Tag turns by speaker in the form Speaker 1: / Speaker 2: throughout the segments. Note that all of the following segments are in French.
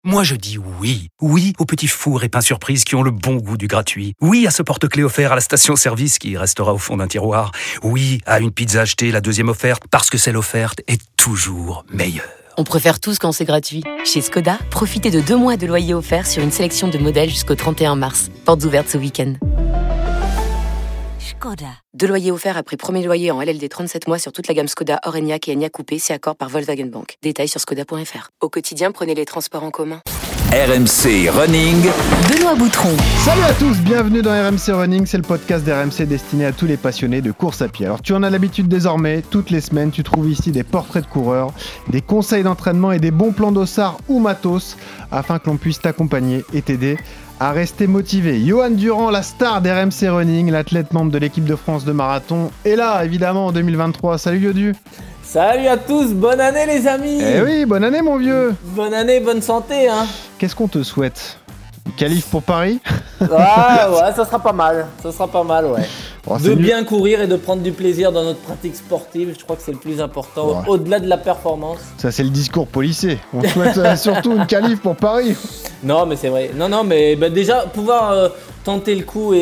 Speaker 1: Moi je dis oui. Oui aux petits fours et pains surprises qui ont le bon goût du gratuit. Oui à ce porte-clés offert à la station-service qui restera au fond d'un tiroir. Oui à une pizza achetée, la deuxième offerte, parce que celle offerte est toujours meilleure.
Speaker 2: On préfère tous quand c'est gratuit. Chez Skoda, profitez de 2 mois de loyer offert sur une sélection de modèles jusqu'au 31 mars. Portes ouvertes ce week-end. Skoda. 2 loyers offerts après premier loyer en LLD 37 mois sur toute la gamme Skoda, Orenia et Enyaq Coupé, c'est accord par Volkswagen Bank. Détails sur skoda.fr. Au quotidien, prenez les transports en commun.
Speaker 3: RMC Running.
Speaker 2: Benoît Boutron.
Speaker 4: Salut à tous, bienvenue dans RMC Running, c'est le podcast d'RMC destiné à tous les passionnés de course à pied. Alors tu en as l'habitude désormais, toutes les semaines tu trouves ici des portraits de coureurs, des conseils d'entraînement et des bons plans d'ossard ou matos afin que l'on puisse t'accompagner et t'aider à rester motivé. Johan Durand, la star d'RMC Running, l'athlète membre de l'équipe de France de marathon, est là évidemment en 2023. Salut Yodu.
Speaker 5: Salut à tous, bonne année les amis.
Speaker 4: Eh oui, bonne année mon vieux.
Speaker 5: Bonne année, bonne santé hein.
Speaker 4: Qu'est-ce qu'on te souhaite ? Une qualif pour Paris ?
Speaker 5: Ouais, ça sera pas mal, ouais.
Speaker 4: Oh,
Speaker 5: de bien courir et de prendre du plaisir dans notre pratique sportive, je crois que c'est le plus important, ouais. Au-delà de la performance.
Speaker 4: Ça c'est le discours policé, on souhaite surtout une qualif pour Paris.
Speaker 5: Non mais c'est vrai, non mais déjà pouvoir tenter le coup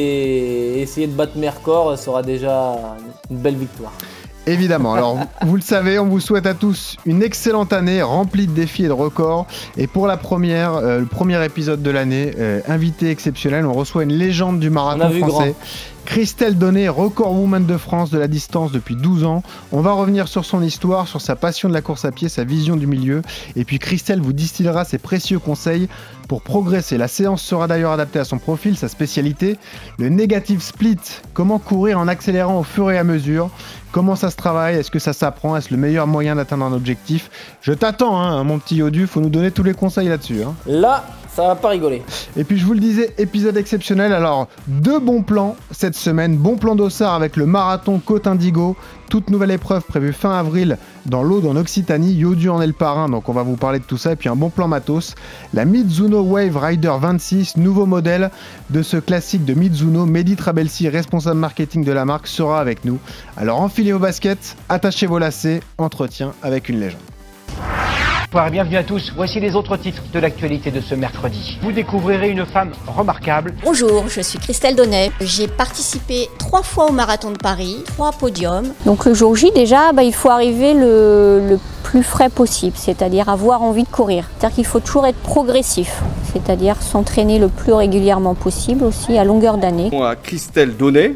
Speaker 5: et essayer de battre mes records sera déjà une belle victoire.
Speaker 4: Évidemment, alors vous le savez, on vous souhaite à tous une excellente année remplie de défis et de records. Et pour la première, le premier épisode de l'année, invité exceptionnel, on reçoit une légende du marathon français. Christelle Donnet, record woman de France de la distance depuis 12 ans. On va revenir sur son histoire, sur sa passion de la course à pied, sa vision du milieu. Et puis Christelle vous distillera ses précieux conseils pour progresser. La séance sera d'ailleurs adaptée à son profil, sa spécialité, le negative split. Comment courir en accélérant au fur et à mesure ? Comment ça se travaille ? Est-ce que ça s'apprend ? Est-ce le meilleur moyen d'atteindre un objectif ? Je t'attends, mon petit Yodu, faut nous donner tous les conseils là-dessus.
Speaker 5: Là, ça va pas rigoler.
Speaker 4: Et puis je vous le disais, épisode exceptionnel. Alors, 2 bons plans cette semaine. Bon plan d'Ossard avec le marathon Côte Indigo. Toute nouvelle épreuve prévue fin avril dans l'Aude en Occitanie. Yodu en est le parrain, donc on va vous parler de tout ça. Et puis un bon plan matos. La Mizuno Wave Rider 26, nouveau modèle de ce classique de Mizuno. Mehdi Trabelsi, responsable marketing de la marque, sera avec nous. Alors enfilez vos baskets, attachez vos lacets, entretien avec une légende.
Speaker 6: Bonsoir et bienvenue à tous. Voici les autres titres de l'actualité de ce mercredi. Vous découvrirez une femme remarquable.
Speaker 7: Bonjour, je suis Christelle Donnet. J'ai participé 3 fois au Marathon de Paris, 3 podiums. Donc le jour J, déjà, il faut arriver le plus frais possible, c'est-à-dire avoir envie de courir. C'est-à-dire qu'il faut toujours être progressif, c'est-à-dire s'entraîner le plus régulièrement possible aussi à longueur d'année.
Speaker 8: Christelle Donnet.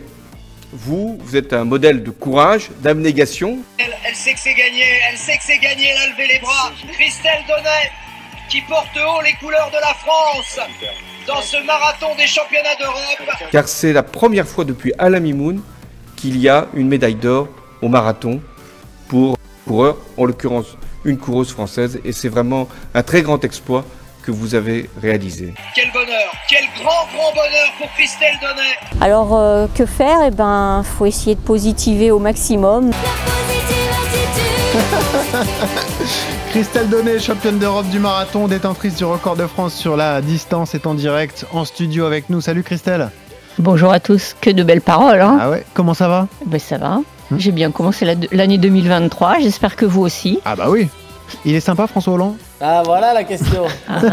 Speaker 8: Vous êtes un modèle de courage, d'abnégation.
Speaker 9: Elle sait que c'est gagné, elle a levé les bras. Christelle Donnet, qui porte haut les couleurs de la France dans ce marathon des championnats d'Europe.
Speaker 8: Car c'est la première fois depuis Alain Mimoun qu'il y a une médaille d'or au marathon pour un coureur, en l'occurrence une coureuse française. Et c'est vraiment un très grand exploit que vous avez réalisé.
Speaker 9: Quel bonheur, quel grand bonheur pour Christelle Donnet.
Speaker 7: Alors que faire ? Faut essayer de positiver au maximum.
Speaker 4: Christelle Donnet, championne d'Europe du marathon, détentrice du record de France sur la distance, est en direct en studio avec nous. Salut Christelle.
Speaker 10: Bonjour à tous, que de belles paroles.
Speaker 4: Ah ouais, comment ça va ?
Speaker 10: Ça va, j'ai bien commencé l'année 2023, j'espère que vous aussi.
Speaker 4: Ah bah oui. Il est sympa François Hollande ?
Speaker 5: Ah voilà la question.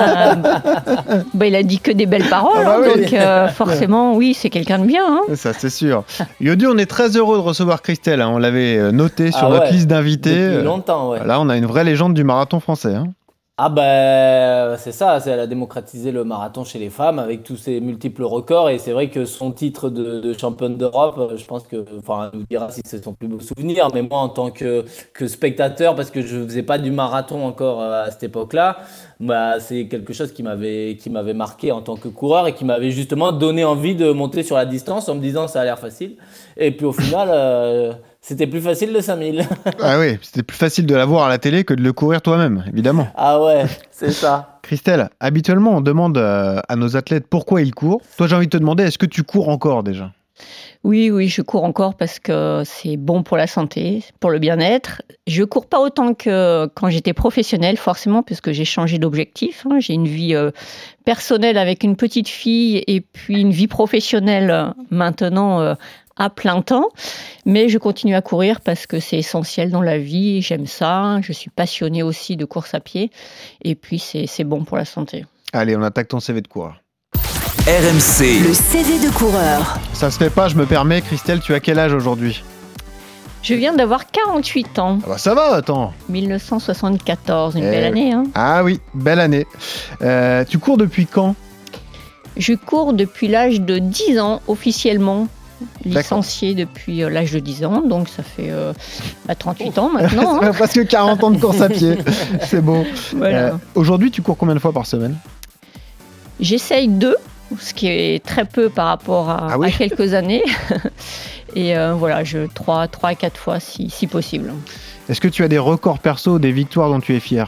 Speaker 10: Il a dit que des belles paroles, oui. Donc forcément oui, c'est quelqu'un de bien.
Speaker 4: Ça c'est sûr. Yodu, on est très heureux de recevoir Christelle, on l'avait noté sur notre liste d'invités.
Speaker 5: Depuis longtemps, ouais.
Speaker 4: Là on a une vraie légende du marathon français.
Speaker 5: C'est ça, elle a démocratisé le marathon chez les femmes avec tous ses multiples records et c'est vrai que son titre de championne d'Europe, je pense que, elle nous dira si c'est son plus beau souvenir, mais moi en tant que spectateur, parce que je faisais pas du marathon encore à cette époque-là, c'est quelque chose qui m'avait marqué en tant que coureur et qui m'avait justement donné envie de monter sur la distance en me disant ça a l'air facile et puis au final c'était plus facile le 5000.
Speaker 4: Ah oui, c'était plus facile de l'avoir à la télé que de le courir toi-même, évidemment.
Speaker 5: Ah ouais, c'est ça.
Speaker 4: Christelle, habituellement, on demande à nos athlètes pourquoi ils courent. Toi, j'ai envie de te demander, est-ce que tu cours encore déjà ?
Speaker 10: Oui, je cours encore parce que c'est bon pour la santé, pour le bien-être. Je cours pas autant que quand j'étais professionnelle, forcément, parce que j'ai changé d'objectif. J'ai une vie personnelle avec une petite fille et puis une vie professionnelle maintenant à plein temps, mais je continue à courir parce que c'est essentiel dans la vie, j'aime ça, je suis passionnée aussi de course à pied, et puis c'est bon pour la santé.
Speaker 4: Allez, on attaque ton CV de coureur.
Speaker 3: RMC.
Speaker 11: Le CV de coureur.
Speaker 4: Ça se fait pas, je me permets. Christelle, tu as quel âge aujourd'hui ?
Speaker 10: Je viens d'avoir 48 ans.
Speaker 4: Ah bah ça va, attends.
Speaker 10: 1974, une belle année. Hein.
Speaker 4: Ah oui, belle année. Tu cours depuis quand ?
Speaker 10: Je cours depuis l'âge de 10 ans, officiellement. Licencié depuis l'âge de 10 ans, donc ça fait 38 ans maintenant.
Speaker 4: Ça fait presque 40 ans de course à pied. C'est beau.
Speaker 10: Voilà.
Speaker 4: Aujourd'hui, tu cours combien de fois par semaine ?
Speaker 10: J'essaye 2, ce qui est très peu par rapport à quelques années. Et voilà, 3 à 4 fois si possible.
Speaker 4: Est-ce que tu as des records perso, des victoires dont tu es fier ?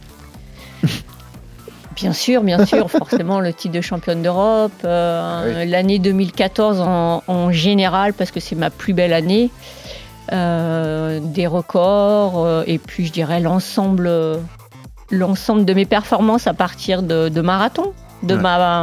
Speaker 10: Bien sûr, forcément le titre de championne d'Europe, l'année 2014 en général parce que c'est ma plus belle année, des records et puis je dirais l'ensemble de mes performances à partir de marathon, de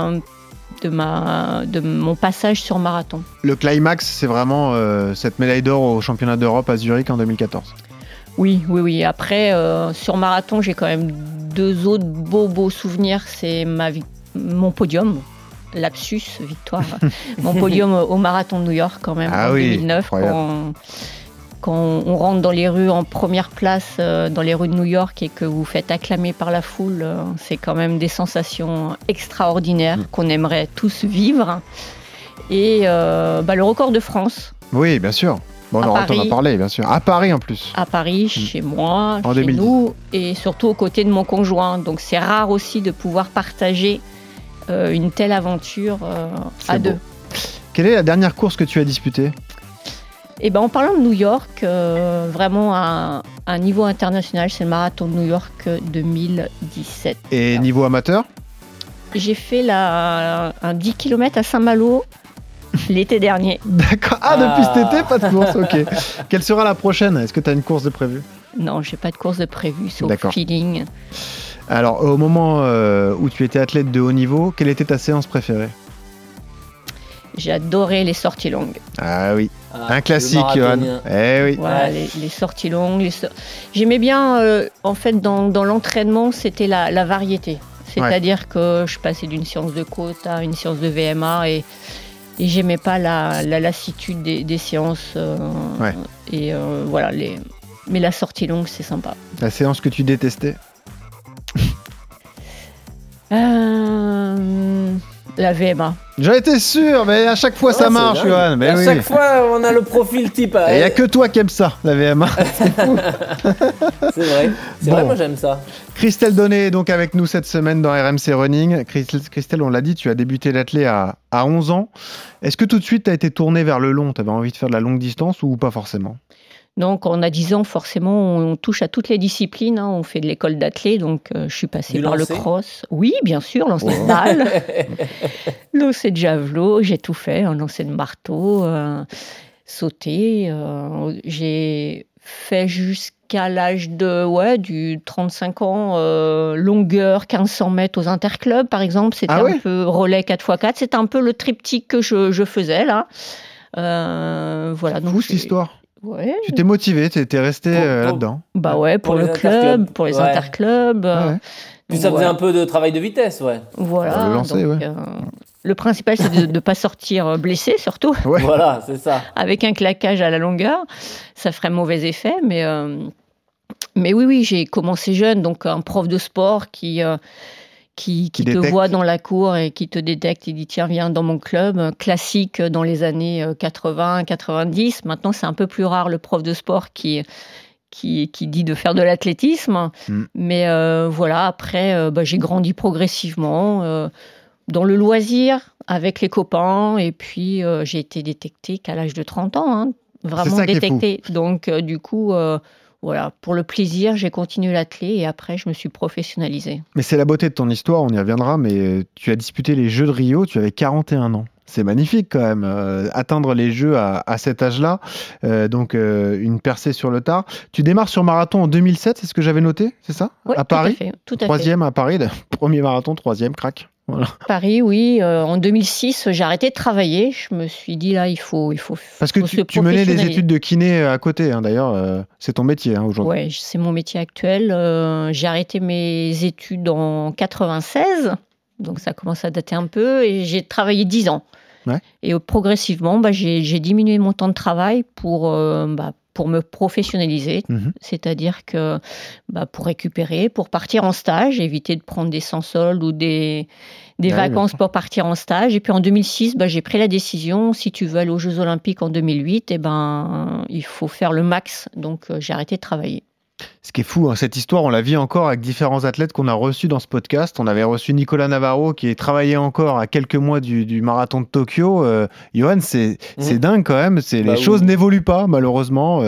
Speaker 10: mon passage sur marathon.
Speaker 4: Le climax, c'est vraiment cette médaille d'or au championnat d'Europe à Zurich en 2014.
Speaker 10: Oui. Après, sur marathon, j'ai quand même 2 autres beaux souvenirs. C'est mon podium, lapsus, victoire. Mon podium au marathon de New York quand même en 2009. Quand on rentre dans les rues en première place, dans les rues de New York et que vous faites acclamer par la foule, c'est quand même des sensations extraordinaires qu'on aimerait tous vivre. Et le record de France.
Speaker 4: Oui, bien sûr. Bon, on aura le temps d'en parler, bien sûr. À Paris, en plus.
Speaker 10: À Paris, chez moi,
Speaker 4: en
Speaker 10: chez
Speaker 4: 2010.
Speaker 10: nous, et surtout aux côtés de mon conjoint. Donc, c'est rare aussi de pouvoir partager une telle aventure à 2.
Speaker 4: Quelle est la dernière course que tu as disputée ?
Speaker 10: En parlant de New York, vraiment à un niveau international, c'est le marathon de New York 2017.
Speaker 4: Et niveau amateur ?
Speaker 10: J'ai fait un 10 km à Saint-Malo. L'été dernier.
Speaker 4: D'accord. Depuis cet été, pas de course, ok. Quelle sera la prochaine ? Est-ce que tu as une course de prévue ?
Speaker 10: Non, j'ai pas de course de prévue, c'est au feeling.
Speaker 4: Alors, au moment où tu étais athlète de haut niveau, quelle était ta séance préférée ?
Speaker 10: J'ai adoré les sorties longues.
Speaker 4: Ah oui, un classique, Johan. Eh oui.
Speaker 10: Voilà, les sorties longues. J'aimais bien, en fait, dans l'entraînement, c'était la variété. C'est-à-dire que je passais d'une séance de côte à une séance de VMA et j'aimais pas la lassitude des séances. Voilà, mais la sortie longue, c'est sympa.
Speaker 4: La séance que tu détestais ?
Speaker 10: La VMA.
Speaker 4: J'en étais sûr, mais à chaque fois ça marche, Johan.
Speaker 5: À chaque fois, on a le profil type.
Speaker 4: Il n'y a que toi qui aimes ça, la VMA. C'est fou.
Speaker 5: C'est vrai. Vrai, moi j'aime ça.
Speaker 4: Christelle Donnet est donc avec nous cette semaine dans RMC Running. Christelle, on l'a dit, tu as débuté l'athlé à 11 ans. Est-ce que tout de suite tu as été tournée vers le long ? Tu avais envie de faire de la longue distance ou pas forcément ?
Speaker 10: Donc, on a 10 ans, forcément, on touche à toutes les disciplines. On fait de l'école d'athlé, donc je suis passée par le cross. Oui, bien sûr, lancer de balle, lancer de javelot, j'ai tout fait. Lancer de marteau, sauter. J'ai fait jusqu'à l'âge du 35 ans, longueur 1500 mètres aux interclubs, par exemple. C'était un peu relais 4x4. C'était un peu le triptyque que je faisais, là. Voilà.
Speaker 4: Fou, cette histoire.
Speaker 10: Ouais.
Speaker 4: Tu t'es motivé, tu étais resté là-dedans.
Speaker 10: Pour le club, pour les interclubs.
Speaker 5: Puis ça faisait un peu de travail de vitesse,
Speaker 10: Voilà.
Speaker 4: Le lancer,
Speaker 10: le principal, c'est de ne pas sortir blessé, surtout.
Speaker 4: Ouais.
Speaker 5: Voilà, c'est ça.
Speaker 10: Avec un claquage à la longueur, ça ferait mauvais effet. Mais oui, j'ai commencé jeune, donc un prof de sport qui te voit dans la cour et qui te détecte et dit tiens, viens dans mon club. Classique dans les années 80, 90. Maintenant, c'est un peu plus rare le prof de sport qui dit de faire de l'athlétisme. Mais voilà, après, j'ai grandi progressivement dans le loisir avec les copains. Et puis, j'ai été détectée qu'à l'âge de 30 ans. Vraiment détectée. Donc, du coup... Voilà, pour le plaisir, j'ai continué l'athlé et après, je me suis professionnalisée. Mais
Speaker 4: c'est la beauté de ton histoire, on y reviendra, mais tu as disputé les Jeux de Rio, tu avais 41 ans. C'est magnifique quand même, atteindre les Jeux à cet âge-là, donc une percée sur le tard. Tu démarres sur marathon en 2007, c'est ce que j'avais noté, c'est ça ?
Speaker 10: Oui,
Speaker 4: à Paris,
Speaker 10: tout à fait.
Speaker 4: Troisième à Paris, premier marathon, troisième, crack. Voilà.
Speaker 10: Paris, oui. En 2006, j'ai arrêté de travailler. Je me suis dit, là, il faut
Speaker 4: Parce que tu menais des études de kiné à côté, hein, d'ailleurs. C'est ton métier aujourd'hui.
Speaker 10: Oui, c'est mon métier actuel. J'ai arrêté mes études en 96. Donc, ça commence à dater un peu. Et j'ai travaillé 10 ans.
Speaker 4: Ouais.
Speaker 10: Et progressivement, j'ai diminué mon temps de travail pour me professionnaliser, c'est-à-dire que pour récupérer, pour partir en stage, éviter de prendre des sans-soldes ou des vacances pour partir en stage. Et puis en 2006, j'ai pris la décision, si tu veux aller aux Jeux Olympiques en 2008, il faut faire le max. Donc j'ai arrêté de travailler.
Speaker 4: Ce qui est fou, hein, cette histoire, on la vit encore avec différents athlètes qu'on a reçus dans ce podcast. On avait reçu Nicolas Navarro qui travaillait encore à quelques mois du marathon de Tokyo. Johan, c'est dingue quand même. Les choses n'évoluent pas, malheureusement.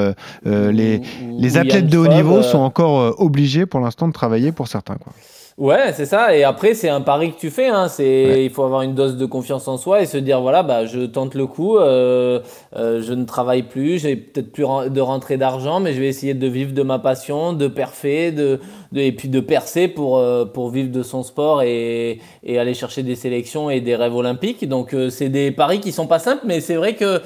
Speaker 4: Les athlètes de haut niveau sont encore obligés pour l'instant de travailler pour certains, quoi.
Speaker 5: Ouais, c'est ça. Et après, c'est un pari que tu fais. Hein. Il faut avoir une dose de confiance en soi et se dire, voilà, je tente le coup. Je ne travaille plus. J'ai peut-être plus de rentrée d'argent, mais je vais essayer de vivre de ma passion, de perfer, et puis de percer pour vivre de son sport et aller chercher des sélections et des rêves olympiques. Donc, c'est des paris qui sont pas simples, mais c'est vrai que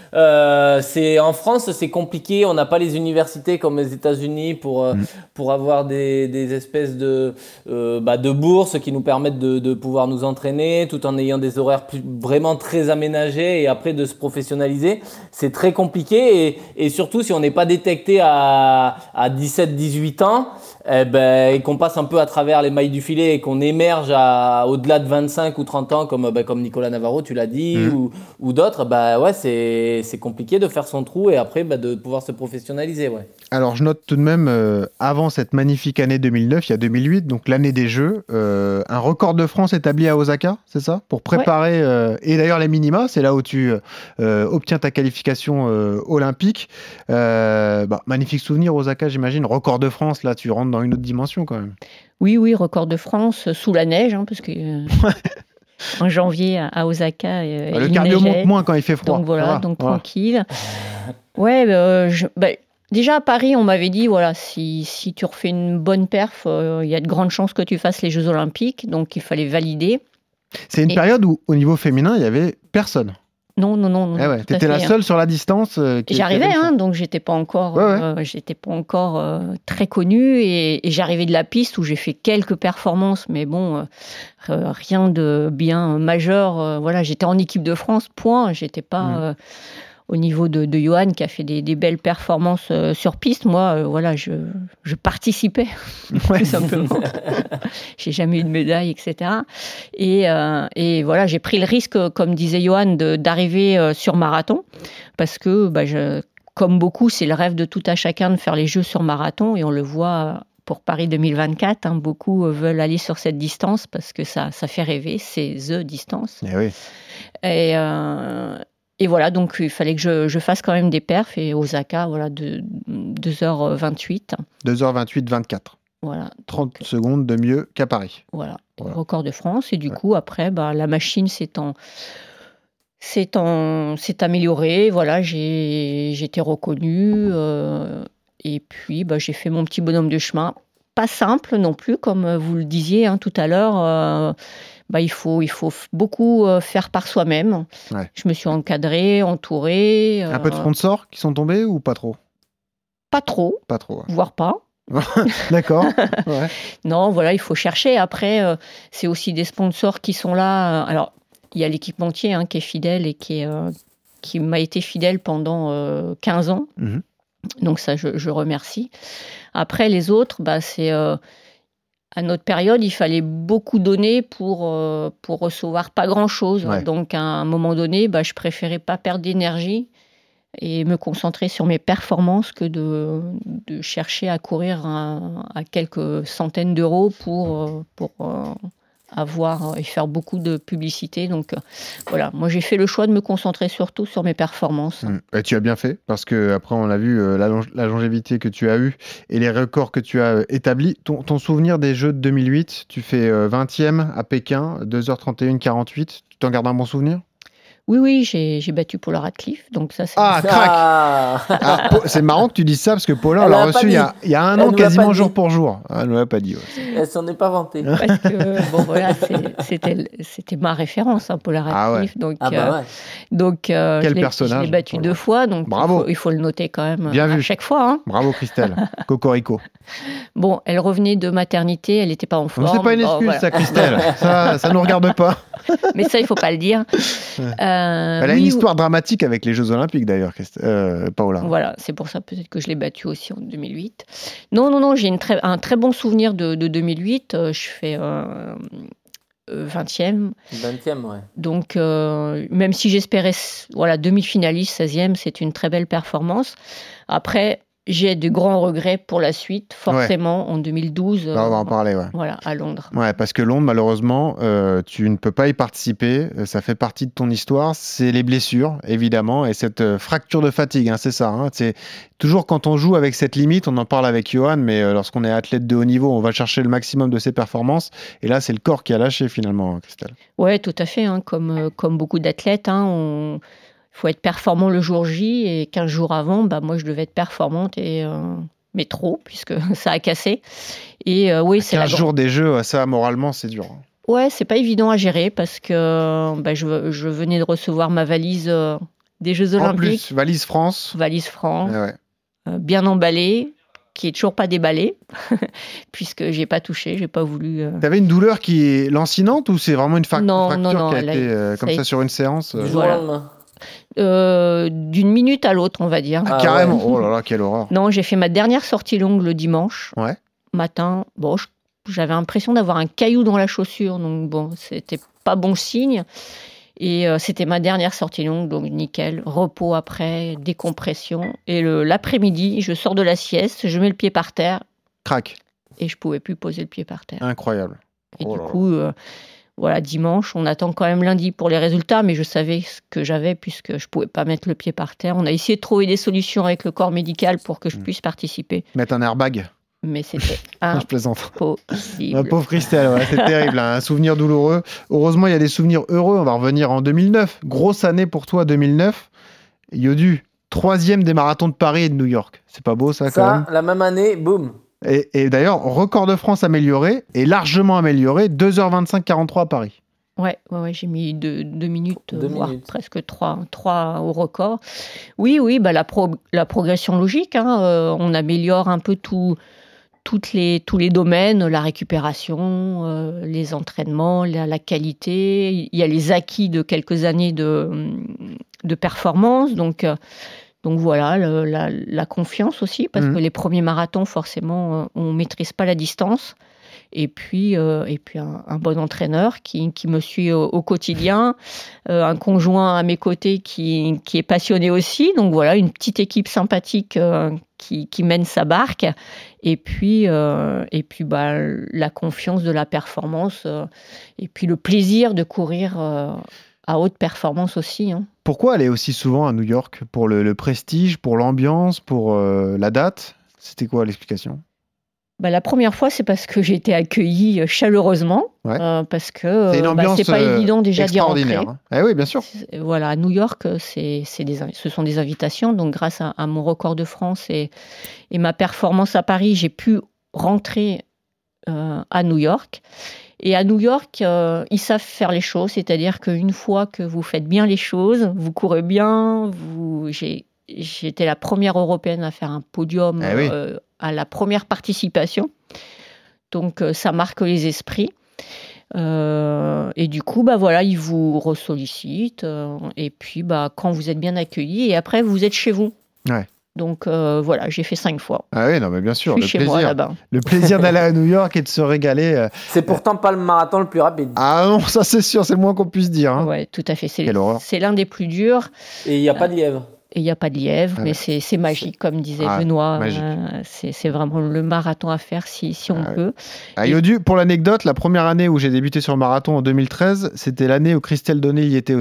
Speaker 5: en France, c'est compliqué. On n'a pas les universités comme les États-Unis pour avoir des espèces de bourses qui nous permettent de pouvoir nous entraîner tout en ayant des horaires vraiment très aménagés et après de se professionnaliser. C'est très compliqué et surtout si on n'est pas détecté à 17-18 ans, et qu'on passe un peu à travers les mailles du filet et qu'on émerge au-delà de 25 ou 30 ans comme Nicolas Navarro, tu l'as dit, ou d'autres, c'est compliqué de faire son trou et après de pouvoir se professionnaliser. Ouais.
Speaker 4: Alors je note tout de même, avant cette magnifique année 2009, il y a 2008, donc l'année des Jeux, un record de France établi à Osaka, c'est ça? Pour préparer, et d'ailleurs les minima, c'est là où tu obtiens ta qualification olympique. Magnifique souvenir, Osaka, j'imagine. Record de France, là tu rentres dans une autre dimension quand même.
Speaker 10: Oui, record de France, sous la neige, hein, parce que... En janvier à Osaka,
Speaker 4: le cardio monte moins quand il fait froid.
Speaker 10: Donc voilà, tranquille. Ouais, déjà à Paris, on m'avait dit si tu refais une bonne perf, il y a de grandes chances que tu fasses les Jeux Olympiques, donc il fallait valider.
Speaker 4: C'est une période où au niveau féminin, il y avait personne.
Speaker 10: Non.
Speaker 4: T'étais la seule sur la distance.
Speaker 10: J'arrivais, donc j'étais pas encore très connue et j'arrivais de la piste où j'ai fait quelques performances, mais bon, rien de bien majeur. J'étais en équipe de France, point. J'étais pas au niveau de Johan qui a fait des belles performances sur piste. Moi, je participais tout simplement. J'ai jamais eu de médaille, etc. Et j'ai pris le risque, comme disait Johan, d'arriver sur marathon parce que comme beaucoup, c'est le rêve de tout à chacun de faire les Jeux sur marathon et on le voit pour Paris 2024. Beaucoup veulent aller sur cette distance parce que ça fait rêver, c'est the distance. Et voilà, donc il fallait que je fasse quand même des perfs et Osaka, de 2h28.
Speaker 4: 2h28, 24.
Speaker 10: Voilà.
Speaker 4: 30 secondes de mieux qu'à Paris.
Speaker 10: Voilà. Record de France. Et du coup, après, la machine s'est améliorée. Voilà, j'ai été reconnue. Et puis, j'ai fait mon petit bonhomme de chemin. Pas simple non plus, comme vous le disiez tout à l'heure. Il faut beaucoup faire par soi-même. Ouais. Je me suis encadrée, entourée.
Speaker 4: Un peu de sponsors qui sont tombés ou pas trop?
Speaker 10: Pas trop.
Speaker 4: Pas trop. Ouais.
Speaker 10: Voire pas.
Speaker 4: D'accord. Ouais.
Speaker 10: Non, il faut chercher. Après, c'est aussi des sponsors qui sont là. Alors, il y a l'équipementier qui est fidèle et qui m'a été fidèle pendant 15 ans. Mm-hmm. Donc ça, je remercie. Après, les autres, c'est... à notre période, il fallait beaucoup donner pour recevoir pas grand-chose. Ouais. Donc, à un moment donné, je préférais pas perdre d'énergie et me concentrer sur mes performances que de chercher à courir à quelques centaines d'euros pour avoir et faire beaucoup de publicité. Donc, moi, j'ai fait le choix de me concentrer surtout sur mes performances.
Speaker 4: Et tu as bien fait, parce qu'après, on a vu la longévité que tu as eue et les records que tu as établis. Ton souvenir des Jeux de 2008, tu fais 20e à Pékin, 2h31, 48. Tu t'en gardes un bon souvenir?
Speaker 10: Oui, j'ai battu Paula Radcliffe, donc ça c'est...
Speaker 4: Ah, crac. C'est marrant que tu dises ça, parce que Paula, on l'a reçue il y a un an, quasiment jour pour jour. Elle ne l'a pas dit. Ouais.
Speaker 5: Elle s'en est pas vantée.
Speaker 10: Parce que, bon voilà, c'était ma référence, hein, Paula Radcliffe. Donc,
Speaker 4: quel personnage.
Speaker 10: Je l'ai battue 2 fois, donc
Speaker 4: bravo.
Speaker 10: Il faut le noter quand même.
Speaker 4: Bien vu.
Speaker 10: Chaque fois. Hein.
Speaker 4: Bravo Christelle. Cocorico.
Speaker 10: Bon, elle revenait de maternité, elle n'était pas en forme.
Speaker 4: C'est pas une excuse, ça, Christelle. ça ne nous regarde pas.
Speaker 10: Mais ça, il ne faut pas le dire.
Speaker 4: Elle a une histoire dramatique avec les Jeux Olympiques, d'ailleurs, Paula.
Speaker 10: Voilà, c'est pour ça peut-être que je l'ai battue aussi en 2008. Non, j'ai un très bon souvenir de 2008. Je fais 20e.
Speaker 5: 20e, ouais.
Speaker 10: Donc, même si j'espérais demi-finaliste, 16e, c'est une très belle performance. Après... J'ai de grands regrets pour la suite, forcément, en 2012.
Speaker 4: On va en parler,
Speaker 10: Voilà, à Londres.
Speaker 4: Ouais, parce que Londres, malheureusement, tu ne peux pas y participer. Ça fait partie de ton histoire. C'est les blessures, évidemment, et cette fracture de fatigue, hein, c'est ça. Hein. C'est toujours quand on joue avec cette limite, on en parle avec Johan, mais lorsqu'on est athlète de haut niveau, on va chercher le maximum de ses performances. Et là, c'est le corps qui a lâché, finalement, Christelle.
Speaker 10: Ouais, tout à fait. Hein, comme beaucoup d'athlètes, hein, il faut être performant le jour J, et 15 jours avant, moi je devais être performante, mais trop, puisque ça a cassé. Et oui, c'est
Speaker 4: 15 jours des Jeux, ça moralement c'est dur.
Speaker 10: Ouais, c'est pas évident à gérer, parce que je venais de recevoir ma valise des Jeux Olympiques. En plus,
Speaker 4: valise France.
Speaker 10: Valise France,
Speaker 4: ouais.
Speaker 10: Bien emballée, qui est toujours pas déballée, puisque j'ai pas touché, j'ai pas voulu...
Speaker 4: T'avais une douleur qui est lancinante, ou c'est vraiment une fracture qui a été comme ça sur une séance
Speaker 10: Voilà. D'une minute à l'autre, on va dire.
Speaker 4: Ah, carrément. Oh là là, quelle horreur.
Speaker 10: Non, j'ai fait ma dernière sortie longue le dimanche matin. Bon, j'avais l'impression d'avoir un caillou dans la chaussure, donc bon, c'était pas bon signe. Et c'était ma dernière sortie longue, donc nickel. Repos après, décompression. Et l'après-midi, je sors de la sieste, je mets le pied par terre.
Speaker 4: Crac.
Speaker 10: Et je pouvais plus poser le pied par terre.
Speaker 4: Incroyable.
Speaker 10: Et du coup... Voilà, dimanche, on attend quand même lundi pour les résultats, mais je savais ce que j'avais puisque je ne pouvais pas mettre le pied par terre. On a essayé de trouver des solutions avec le corps médical pour que je puisse participer.
Speaker 4: Mettre un airbag.
Speaker 10: Mais c'était
Speaker 4: je plaisante.
Speaker 10: Impossible.
Speaker 4: Ma pauvre Christelle, c'est terrible, hein, un souvenir douloureux. Heureusement, il y a des souvenirs heureux. On va revenir en 2009. Grosse année pour toi, 2009. Yodu, 3e des marathons de Paris et de New York. C'est pas beau ça quand même.
Speaker 5: La même année, boum.
Speaker 4: Et d'ailleurs, record de France amélioré, et largement amélioré, 2h25-43 à Paris.
Speaker 10: Ouais, j'ai mis 2 minutes, voire presque 3 au record. Oui, la progression logique. Hein, on améliore un peu tous les domaines, la récupération, les entraînements, la qualité. Il y a les acquis de quelques années de performance, donc voilà, la confiance aussi, parce que les premiers marathons, forcément, on ne maîtrise pas la distance. Et puis un bon entraîneur qui me suit au quotidien, un conjoint à mes côtés qui est passionné aussi. Donc voilà, une petite équipe sympathique qui mène sa barque. Et puis la confiance de la performance. Et puis le plaisir de courir à haute performance aussi. Hein.
Speaker 4: Pourquoi aller aussi souvent à New York? Pour le prestige, pour l'ambiance, pour la date? C'était quoi l'explication?
Speaker 10: La première fois, c'est parce que j'ai été accueillie chaleureusement, parce que c'est pas évident déjà d'y rentrer.
Speaker 4: Eh oui, bien sûr.
Speaker 10: Voilà, à New York, ce sont des invitations. Donc, grâce à mon record de France et ma performance à Paris, j'ai pu rentrer à New York. Et à New York, ils savent faire les choses, c'est-à-dire qu'une fois que vous faites bien les choses, vous courez bien, j'étais la première Européenne à faire un podium à la première participation. Donc, ça marque les esprits. Et du coup, ils vous ressollicitent. Et puis, quand vous êtes bien accueillis, et après, vous êtes chez vous. Ouais. Donc, j'ai fait 5 fois.
Speaker 4: Ah oui, non, mais bien sûr.
Speaker 10: Je suis chez moi, là-bas.
Speaker 4: Le plaisir d'aller à New York et de se régaler.
Speaker 5: C'est pourtant pas le marathon le plus rapide.
Speaker 4: Ah non, ça c'est sûr, c'est le moins qu'on puisse dire. Hein.
Speaker 10: Oui, tout à fait. C'est l'un des plus durs.
Speaker 5: Et il n'y a pas de lièvre.
Speaker 10: Et il n'y a pas de lièvre, mais c'est magique, comme disait Benoît. C'est vraiment le marathon à faire si on peut.
Speaker 4: Yodu, pour l'anecdote, la première année où j'ai débuté sur le marathon en 2013, c'était l'année où Christelle Donnet y était aussi.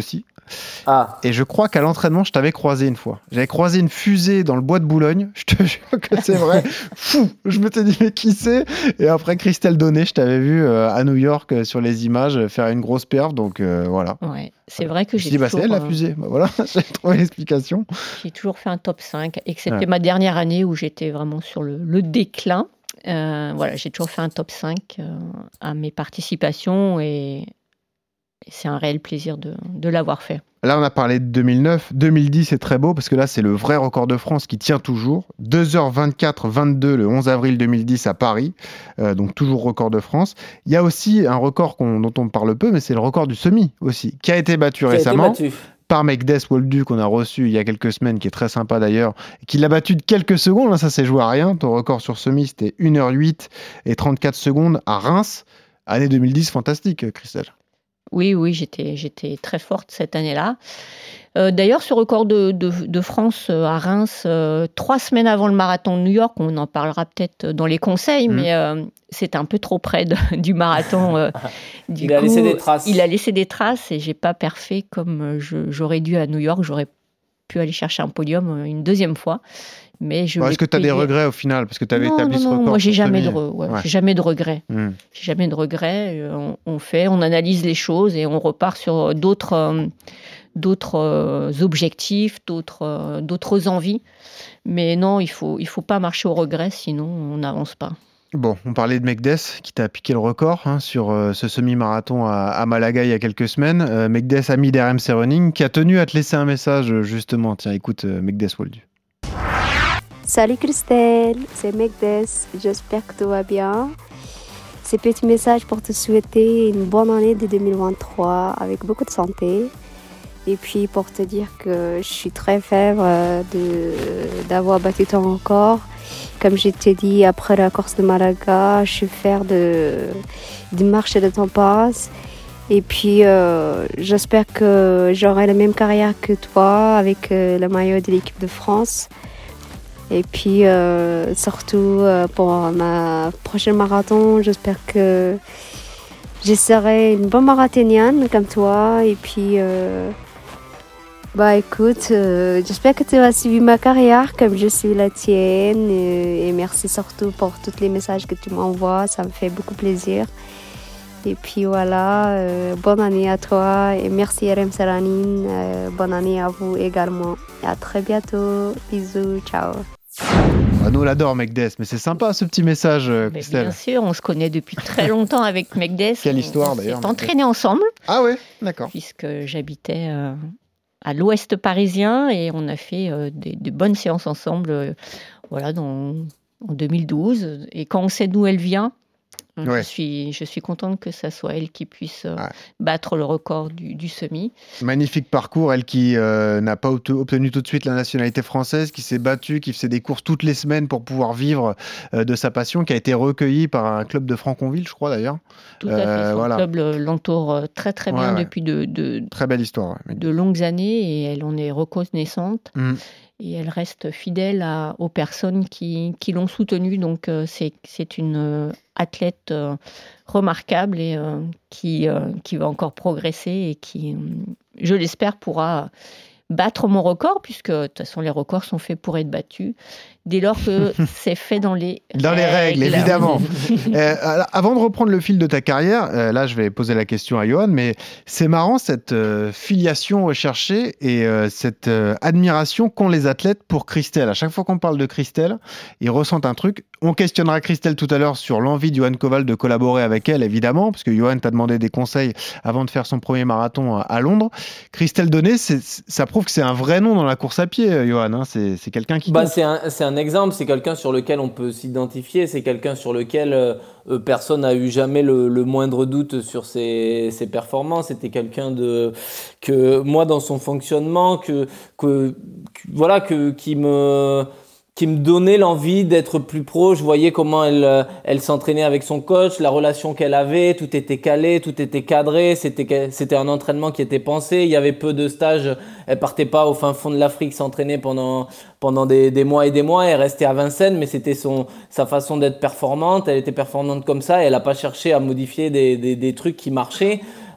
Speaker 4: Ah. Et je crois qu'à l'entraînement, je t'avais croisé une fois. J'avais croisé une fusée dans le bois de Boulogne. Je te jure que c'est vrai. Fou. Je me suis dit, mais qui c'est ? Et après, Christelle Donnet, je t'avais vu à New York sur les images faire une grosse perf. Donc voilà.
Speaker 10: Ouais, c'est vrai que
Speaker 4: j'ai dit, c'est elle la fusée. Voilà, j'ai trouvé l'explication.
Speaker 10: J'ai toujours fait un top 5, excepté ma dernière année où j'étais vraiment sur le déclin. Voilà, j'ai toujours fait un top 5 à mes participations et c'est un réel plaisir de l'avoir fait.
Speaker 4: Là, on a parlé de 2009. 2010, c'est très beau parce que là, c'est le vrai record de France qui tient toujours. 2h24-22 le 11 avril 2010 à Paris. Donc, toujours record de France. Il y a aussi un record dont on parle peu, mais c'est le record du semi aussi, qui a été battu récemment. Par Megdes Woldu qu'on a reçu il y a quelques semaines, qui est très sympa d'ailleurs, qui l'a battu de quelques secondes. Là, ça s'est joué à rien. Ton record sur semi, c'était 1h08 et 34 secondes à Reims. Année 2010, fantastique, Christelle.
Speaker 10: Oui, j'étais très forte cette année-là. D'ailleurs, ce record de France à Reims, 3 semaines avant le marathon de New York, on en parlera peut-être dans les conseils, mais c'était un peu trop près du marathon.
Speaker 5: Il a laissé des traces.
Speaker 10: Il a laissé des traces et j'ai pas perfé comme j'aurais dû à New York. J'aurais pu aller chercher un podium une deuxième fois. Mais
Speaker 4: est-ce que tu as des regrets au final parce que tu avais établi ce record?
Speaker 10: Moi, j'ai jamais de regrets. J'ai jamais de regrets. On analyse les choses et on repart sur d'autres objectifs, d'autres envies. Mais non, il faut pas marcher au regret, sinon on n'avance pas.
Speaker 4: Bon, on parlait de Megdes qui t'a piqué le record sur ce semi-marathon à Malaga il y a quelques semaines. Megdes, ami d'RMC Running, qui a tenu à te laisser un message justement. Tiens, écoute Megdes Woldu.
Speaker 11: Salut Christelle, c'est Megdes, j'espère que tout va bien. C'est petit message pour te souhaiter une bonne année de 2023 avec beaucoup de santé. Et puis pour te dire que je suis très fière d'avoir battu ton record. Comme je t'ai dit après la course de Malaga, je suis fière du marché de ton passe. Et puis j'espère que j'aurai la même carrière que toi avec le maillot de l'équipe de France. Et puis surtout pour ma prochaine marathon, j'espère que je serai une bonne marathonienne comme toi. Et puis écoute, j'espère que tu vas suivre ma carrière comme je suis la tienne. Et merci surtout pour tous les messages que tu m'envoies, ça me fait beaucoup plaisir. Et puis voilà, bonne année à toi et merci RMC Running, bonne année à vous également. Et à très bientôt, bisous, ciao.
Speaker 4: Nous on l'adore Megdes, mais c'est sympa ce petit message, Christelle.
Speaker 10: Bien sûr, on se connaît depuis très longtemps avec Megdes.
Speaker 4: Quelle histoire d'ailleurs.
Speaker 10: On s'est entraînés ensemble.
Speaker 4: Ah ouais, d'accord.
Speaker 10: Puisque j'habitais à l'ouest parisien et on a fait des bonnes séances ensemble en 2012. Et quand on sait d'où elle vient, je suis contente que ça soit elle qui puisse battre le record du semi.
Speaker 4: Magnifique parcours, elle qui n'a pas obtenu tout de suite la nationalité française, qui s'est battue, qui faisait des courses toutes les semaines pour pouvoir vivre de sa passion, qui a été recueillie par un club de Franconville, je crois d'ailleurs.
Speaker 10: Tout à fait, son club l'entoure très très bien depuis
Speaker 4: très belle histoire,
Speaker 10: de longues années et elle en est reconnaissante. Et elle reste fidèle aux personnes qui l'ont soutenue. Donc, c'est une athlète remarquable et qui va encore progresser et qui, je l'espère, pourra battre mon record, puisque de toute façon, les records sont faits pour être battus, dès lors que c'est fait dans les
Speaker 4: règles, évidemment. Avant de reprendre le fil de ta carrière, là, je vais poser la question à Johan, mais c'est marrant cette filiation recherchée et cette admiration qu'ont les athlètes pour Christelle. À chaque fois qu'on parle de Christelle, ils ressentent un truc. On questionnera Christelle tout à l'heure sur l'envie de Johan Koval de collaborer avec elle, évidemment, parce que Johan t'a demandé des conseils avant de faire son premier marathon à Londres. Christelle Donnet, ça prouve que c'est un vrai nom dans la course à pied, Johan. Hein. C'est quelqu'un qui...
Speaker 5: C'est un exemple, c'est quelqu'un sur lequel on peut s'identifier, c'est quelqu'un sur lequel personne n'a eu jamais le moindre doute sur ses performances. C'était quelqu'un que moi, dans son fonctionnement, qui me donnait l'envie d'être plus pro. Je voyais comment elle s'entraînait avec son coach, la relation qu'elle avait, tout était calé, tout était cadré, c'était un entraînement qui était pensé, il y avait peu de stages, elle partait pas au fin fond de l'Afrique s'entraîner pendant des mois et des mois, elle restait à Vincennes, mais c'était sa façon d'être performante, elle était performante comme ça, et elle a pas cherché à modifier des trucs qui marchaient.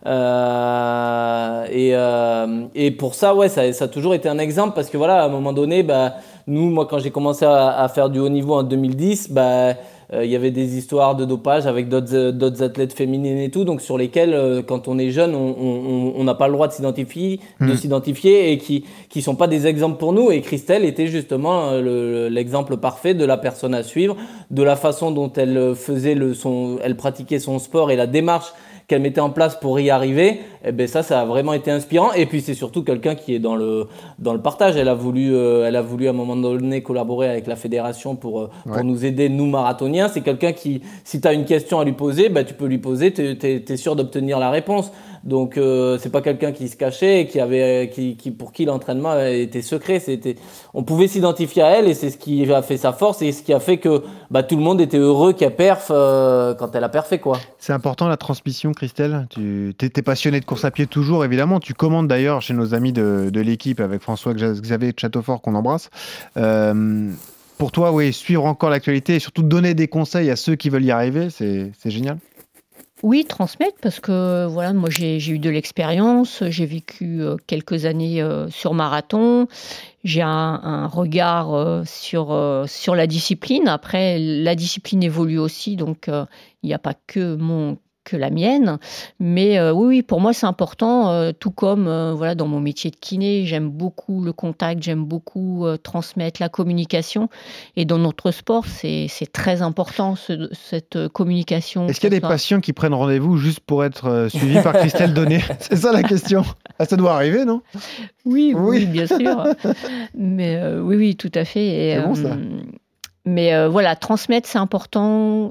Speaker 5: Et pour ça, ouais, ça a toujours été un exemple parce que voilà, à un moment donné, moi, quand j'ai commencé à faire du haut niveau en 2010, il y avait des histoires de dopage avec d'autres athlètes féminines et tout, donc sur lesquelles, quand on est jeune, on n'a pas le droit de s'identifier et qui sont pas des exemples pour nous. Et Christelle était justement l'exemple parfait de la personne à suivre, de la façon dont elle elle pratiquait son sport et la démarche qu'elle mettait en place pour y arriver. Et ben ça a vraiment été inspirant. Et puis c'est surtout quelqu'un qui est dans le partage. Elle a voulu à un moment donné collaborer avec la fédération pour nous aider, nous marathoniens. C'est quelqu'un qui, si tu as une question à lui poser, tu peux lui poser, tu es sûr d'obtenir la réponse. Donc c'est pas quelqu'un qui se cachait et pour qui l'entraînement était secret. On pouvait s'identifier à elle et c'est ce qui a fait sa force et ce qui a fait que tout le monde était heureux qu'elle perf quand elle a perfé, quoi.
Speaker 4: C'est important la transmission, Christelle. Tu es passionné de course à pied toujours, évidemment. Tu commandes d'ailleurs chez nos amis de l'équipe avec François-Xavier de Châteaufort qu'on embrasse. Pour toi, oui, suivre encore l'actualité et surtout donner des conseils à ceux qui veulent y arriver, c'est génial.
Speaker 10: Oui, transmettre parce que voilà, moi j'ai eu de l'expérience, j'ai vécu quelques années sur marathon, j'ai un regard sur la discipline. Après, la discipline évolue aussi, donc il n'y a pas que la mienne. Mais oui, pour moi, c'est important, tout comme voilà, dans mon métier de kiné, j'aime beaucoup le contact, j'aime beaucoup transmettre la communication. Et dans notre sport, c'est très important, cette communication.
Speaker 4: Est-ce qu'il y a des patients qui prennent rendez-vous juste pour être suivis par Christelle Donnet? C'est ça la question. Ça doit arriver, non?
Speaker 10: Oui, bien sûr. Mais oui, tout à fait. Et,
Speaker 4: c'est bon, ça.
Speaker 10: Mais voilà, transmettre, c'est important.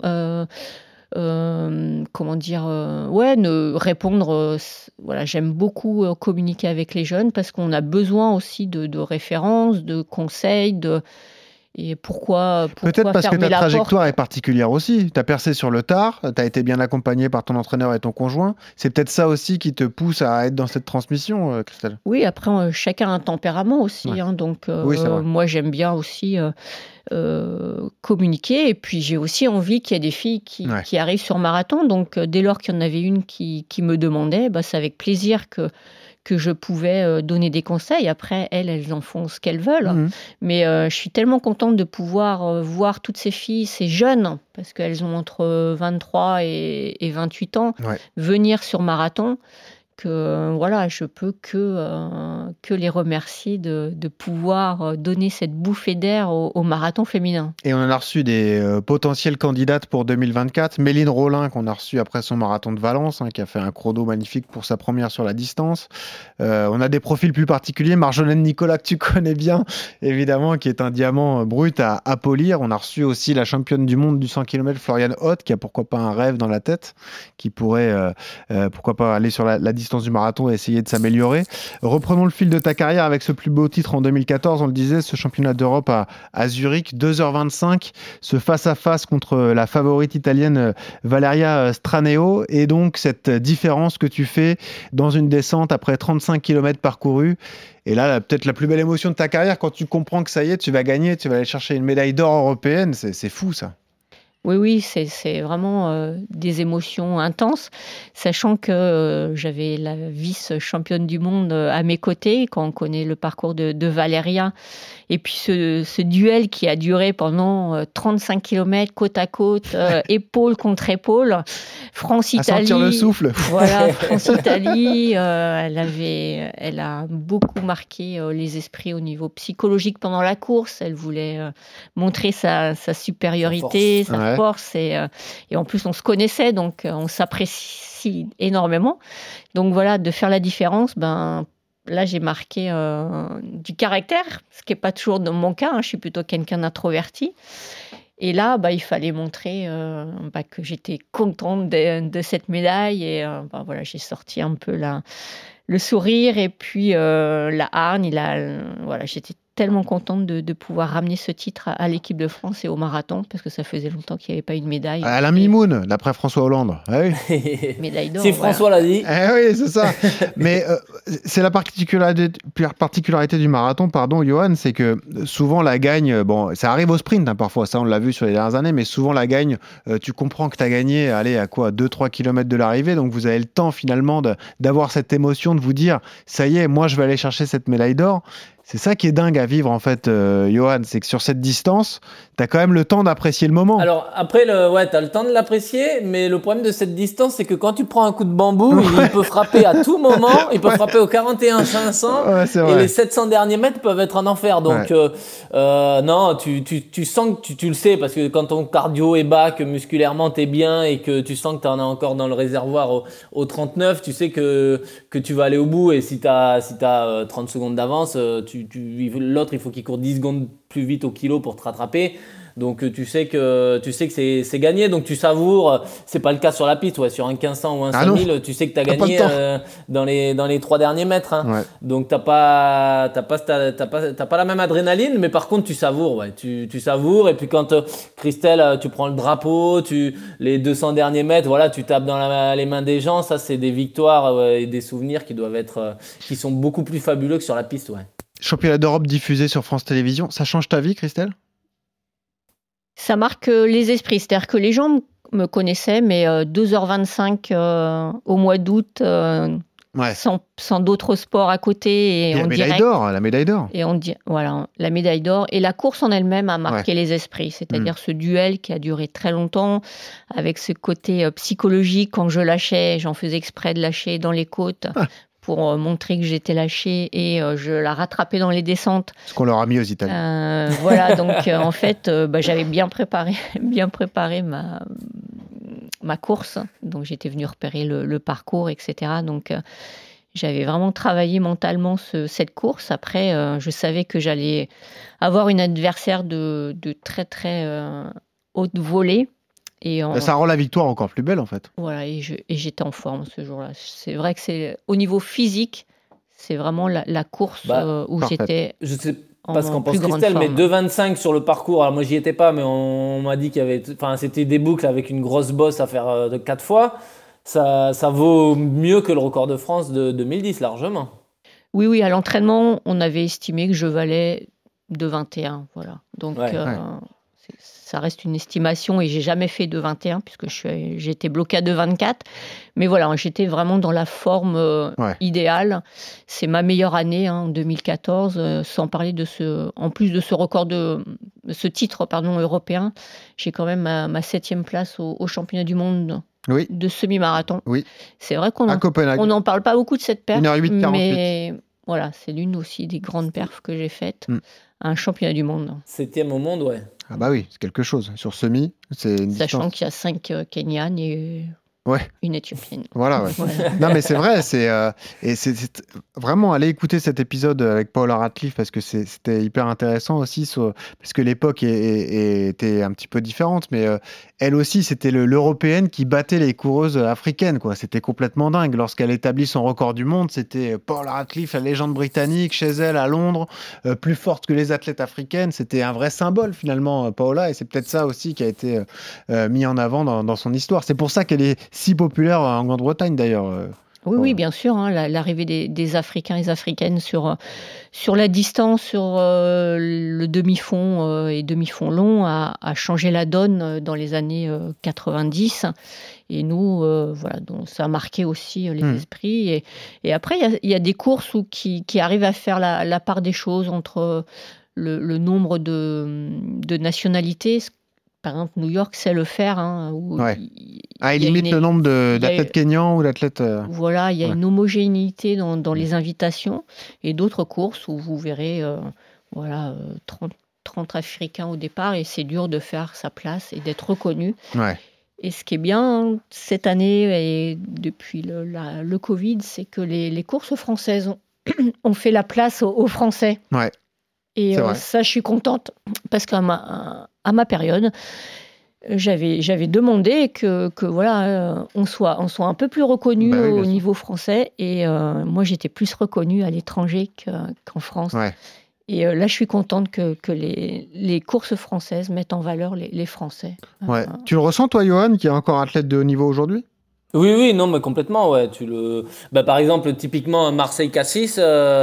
Speaker 10: Répondre. Voilà, j'aime beaucoup communiquer avec les jeunes parce qu'on a besoin aussi de références, de conseils, et pourquoi
Speaker 4: peut-être parce que ta
Speaker 10: la
Speaker 4: trajectoire
Speaker 10: porte.
Speaker 4: est particulière aussi. Tu as percé sur le tard, tu as été bien accompagné par ton entraîneur et ton conjoint. C'est peut-être ça aussi qui te pousse à être dans cette transmission, Christelle.
Speaker 10: Oui, après, chacun a un tempérament aussi.
Speaker 4: Ouais.
Speaker 10: Donc,
Speaker 4: oui,
Speaker 10: moi, j'aime bien aussi communiquer. Et puis, j'ai aussi envie qu'il y ait des filles qui arrivent sur marathon. Donc, dès lors qu'il y en avait une qui me demandait, c'est avec plaisir que je pouvais donner des conseils. Après, elles en font ce qu'elles veulent. Mmh. Mais je suis tellement contente de pouvoir voir toutes ces filles, ces jeunes, parce qu'elles ont entre 23 et 28 ans, venir sur marathon, que voilà, je peux que les remercier de pouvoir donner cette bouffée d'air au marathon féminin.
Speaker 4: Et on en a reçu des potentielles candidates pour 2024. Méline Rollin, qu'on a reçue après son marathon de Valence, qui a fait un chrono magnifique pour sa première sur la distance. On a des profils plus particuliers. Marjolaine Nicolas, que tu connais bien, évidemment, qui est un diamant brut à polir. On a reçu aussi la championne du monde du 100 km, Floriane Hoth, qui a pourquoi pas un rêve dans la tête, qui pourrait pourquoi pas aller sur la distance du marathon et essayer de s'améliorer. Reprenons le fil de ta carrière avec ce plus beau titre en 2014, on le disait, ce championnat d'Europe à Zurich, 2h25, ce face-à-face contre la favorite italienne Valeria Straneo, et donc cette différence que tu fais dans une descente après 35 km parcourus. Et là, peut-être la plus belle émotion de ta carrière, quand tu comprends que ça y est, tu vas gagner, tu vas aller chercher une médaille d'or européenne, c'est fou ça.
Speaker 10: Oui, c'est vraiment des émotions intenses, sachant que j'avais la vice-championne du monde à mes côtés, quand on connaît le parcours de Valeria. Et puis ce duel qui a duré pendant 35 km côte à côte, épaule contre épaule. France-Italie.
Speaker 4: À sentir le souffle.
Speaker 10: Voilà, France-Italie, elle a beaucoup marqué les esprits au niveau psychologique pendant la course. Elle voulait montrer sa supériorité, sa force. Et en plus, on se connaissait, donc on s'apprécie énormément. Donc voilà, de faire la différence, là, j'ai marqué du caractère, ce qui n'est pas toujours dans mon cas. Je suis plutôt quelqu'un d'introverti. Et là, il fallait montrer que j'étais contente de cette médaille. Et voilà, j'ai sorti un peu le sourire et puis la hargne. Voilà, j'étais tellement contente de pouvoir ramener ce titre à l'équipe de France et au marathon, parce que ça faisait longtemps qu'il n'y avait pas eu de médaille.
Speaker 4: Alain Mimoun, d'après François Hollande. Ah oui.
Speaker 10: Médaille d'or.
Speaker 5: Si François l'a dit.
Speaker 4: Oui, c'est ça. Mais c'est la particularité du marathon, Johan, c'est que souvent la gagne, bon, ça arrive au sprint parfois, ça on l'a vu sur les dernières années, mais souvent la gagne, tu comprends que tu as gagné, allez, à quoi, 2-3 km de l'arrivée, donc vous avez le temps finalement d'avoir cette émotion, de vous dire, ça y est, moi je vais aller chercher cette médaille d'or. C'est ça qui est dingue à vivre en fait, Johan, c'est que sur cette distance, t'as quand même le temps d'apprécier le moment.
Speaker 5: Alors après, t'as le temps de l'apprécier, mais le problème de cette distance, c'est que quand tu prends un coup de bambou, il peut frapper à tout moment, il peut frapper au 41-500, et les 700 derniers mètres peuvent être un enfer. Donc non, tu sens que tu le sais, parce que quand ton cardio est bas, que musculairement t'es bien, et que tu sens que t'en as encore dans le réservoir au 39, tu sais que tu vas aller au bout, et si t'as 30 secondes d'avance, l'autre il faut qu'il court 10 secondes plus vite au kilo pour te rattraper, donc tu sais que c'est gagné, donc tu savoures. C'est pas le cas sur la piste, sur un 1500 ou un 5000, tu sais que t'as gagné dans les 3 derniers mètres, hein. Donc t'as pas la même adrénaline, mais par contre tu savoures, tu savoures. Et puis quand Christelle, tu prends le drapeau, les 200 derniers mètres, voilà, tu tapes dans les mains des gens, ça c'est des victoires et des souvenirs qui sont beaucoup plus fabuleux que sur la piste,
Speaker 4: Championnat d'Europe diffusé sur France Télévisions, ça change ta vie, Christelle ?
Speaker 10: Ça marque les esprits, c'est-à-dire que les gens me connaissaient, mais 2h25 au mois d'août, sans d'autres sports à côté. Et
Speaker 4: la médaille d'or.
Speaker 10: Et on dit, voilà, la médaille d'or. Et la course en elle-même a marqué les esprits, c'est-à-dire ce duel qui a duré très longtemps, avec ce côté psychologique. Quand je lâchais, j'en faisais exprès de lâcher dans les côtes. Pour montrer que j'étais lâchée, et je la rattrapais dans les descentes.
Speaker 4: Ce qu'on leur a mis aux Italiens.
Speaker 10: Voilà, donc en fait, j'avais bien préparé ma course. Donc j'étais venue repérer le parcours, etc. Donc j'avais vraiment travaillé mentalement cette course. Après, je savais que j'allais avoir une adversaire de très très haute volée.
Speaker 4: Ça rend la victoire encore plus belle en fait.
Speaker 10: Voilà, et j'étais en forme ce jour-là. C'est vrai que c'est au niveau physique, c'est vraiment la course où j'étais.
Speaker 5: Je sais pas ce qu'en pense Christelle, mais 2,25 sur le parcours. Alors moi j'y étais pas, mais on m'a dit c'était des boucles avec une grosse bosse à faire de 4 fois. Ça vaut mieux que le record de France de 2010 largement.
Speaker 10: Oui, à l'entraînement, on avait estimé que je valais 2,21, voilà. Donc ça reste une estimation, et j'ai jamais fait 2,21 puisque j'étais bloquée à 2,24. Mais voilà, j'étais vraiment dans la forme idéale. C'est ma meilleure année, en 2014, sans parler en plus de ce record ce titre européen. J'ai quand même ma 7e place au championnat du monde de semi-marathon. Oui. C'est vrai qu'on n'en parle pas beaucoup de cette perf,
Speaker 4: 1h08,
Speaker 10: mais voilà, c'est l'une aussi des grandes perfs que j'ai faites. Un championnat du monde.
Speaker 5: 7e au monde,
Speaker 4: Ah bah oui, c'est quelque chose. Sur semi, c'est une
Speaker 10: Sachant qu'il y a 5 Kenyanes et une Éthiopienne.
Speaker 4: Voilà. Non mais c'est vrai, c'est vraiment aller écouter cet épisode avec Paula Radcliffe, parce que c'était hyper intéressant aussi, parce que l'époque était un petit peu différente, mais elle aussi, c'était l'européenne qui battait les coureuses africaines, quoi. C'était complètement dingue. Lorsqu'elle établit son record du monde, c'était Paula Radcliffe, la légende britannique, chez elle à Londres, plus forte que les athlètes africaines. C'était un vrai symbole finalement, Paula, et c'est peut-être ça aussi qui a été mis en avant dans son histoire. C'est pour ça qu'elle est si populaire en Grande-Bretagne d'ailleurs.
Speaker 10: Oui, bien sûr. L'arrivée des Africains et des Africaines sur la distance, sur le demi-fond et demi-fond long a changé la donne dans les années 90. Et nous, donc ça a marqué aussi les esprits. Et après, il y a des courses qui arrivent à faire la part des choses entre le nombre de nationalités. Par exemple, New York sait le faire.
Speaker 4: Il limite le nombre d'athlètes kenyans ou d'athlètes...
Speaker 10: Voilà, il y a une homogénéité dans les invitations, et d'autres courses où vous verrez 30 Africains au départ, et c'est dur de faire sa place et d'être reconnu. Et ce qui est bien cette année, et depuis le Covid, c'est que les courses françaises ont fait la place aux Français. Et ça, je suis contente, parce qu'à ma période, j'avais demandé que on soit un peu plus reconnu au niveau français, et moi j'étais plus reconnue à l'étranger qu'en France. Et là, je suis contente que les courses françaises mettent en valeur les Français.
Speaker 4: Ouais. Tu le ressens, toi, Johan, qui est encore athlète de haut niveau aujourd'hui ?
Speaker 5: Oui, non, mais complètement, ouais. Par exemple, typiquement, Marseille-Cassis,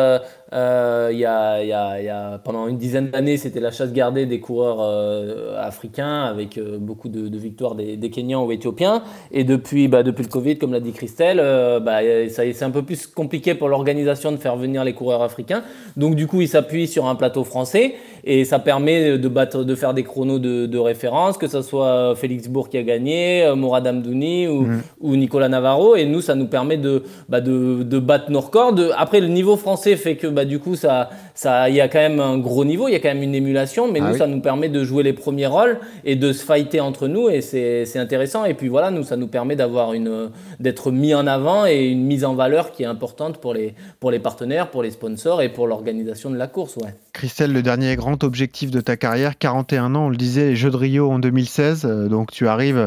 Speaker 5: il y a pendant une dizaine d'années, c'était la chasse gardée des coureurs africains avec beaucoup de victoires des Kenyans ou Éthiopiens. Et depuis le Covid, comme l'a dit Christelle, c'est un peu plus compliqué pour l'organisation de faire venir les coureurs africains. Donc, du coup, ils s'appuient sur un plateau français et ça permet de faire des chronos de référence, que ce soit Félix Bourg qui a gagné, Mourad Amdouni ou Nicolas Navarro. Et nous, ça nous permet de battre nos records. Après, le niveau français fait que du coup, il y a quand même un gros niveau, il y a quand même une émulation, mais ça nous permet de jouer les premiers rôles et de se fighter entre nous, et c'est intéressant. Et puis voilà, ça nous permet d'être mis en avant et une mise en valeur qui est importante pour les partenaires, pour les sponsors et pour l'organisation de la course. Ouais.
Speaker 4: Christelle, le dernier grand objectif de ta carrière, 41 ans, on le disait, les Jeux de Rio en 2016, donc tu arrives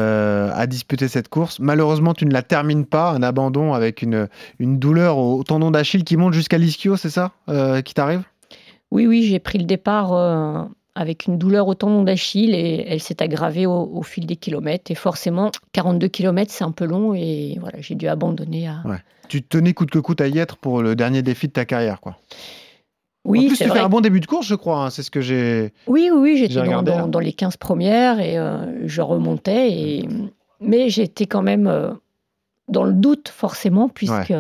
Speaker 4: à disputer cette course. Malheureusement, tu ne la termines pas, un abandon avec une douleur au tendon d'Achille qui monte jusqu'à l'ischio, c'est ça qui t'arrive ?
Speaker 10: Oui, j'ai pris le départ avec une douleur au tendon d'Achille et elle s'est aggravée au fil des kilomètres. Et forcément, 42 kilomètres, c'est un peu long et voilà, j'ai dû abandonner.
Speaker 4: Ouais. Tu tenais coûte que coûte à y être pour le dernier défi de ta carrière, quoi.
Speaker 10: Oui,
Speaker 4: en plus,
Speaker 10: c'est
Speaker 4: tu
Speaker 10: vrai.
Speaker 4: fais un bon début de course, je crois. Hein. C'est ce que j'ai.
Speaker 10: Oui, j'étais
Speaker 4: regardé,
Speaker 10: dans les 15 premières et je remontais. Mais j'étais quand même dans le doute, forcément, puisque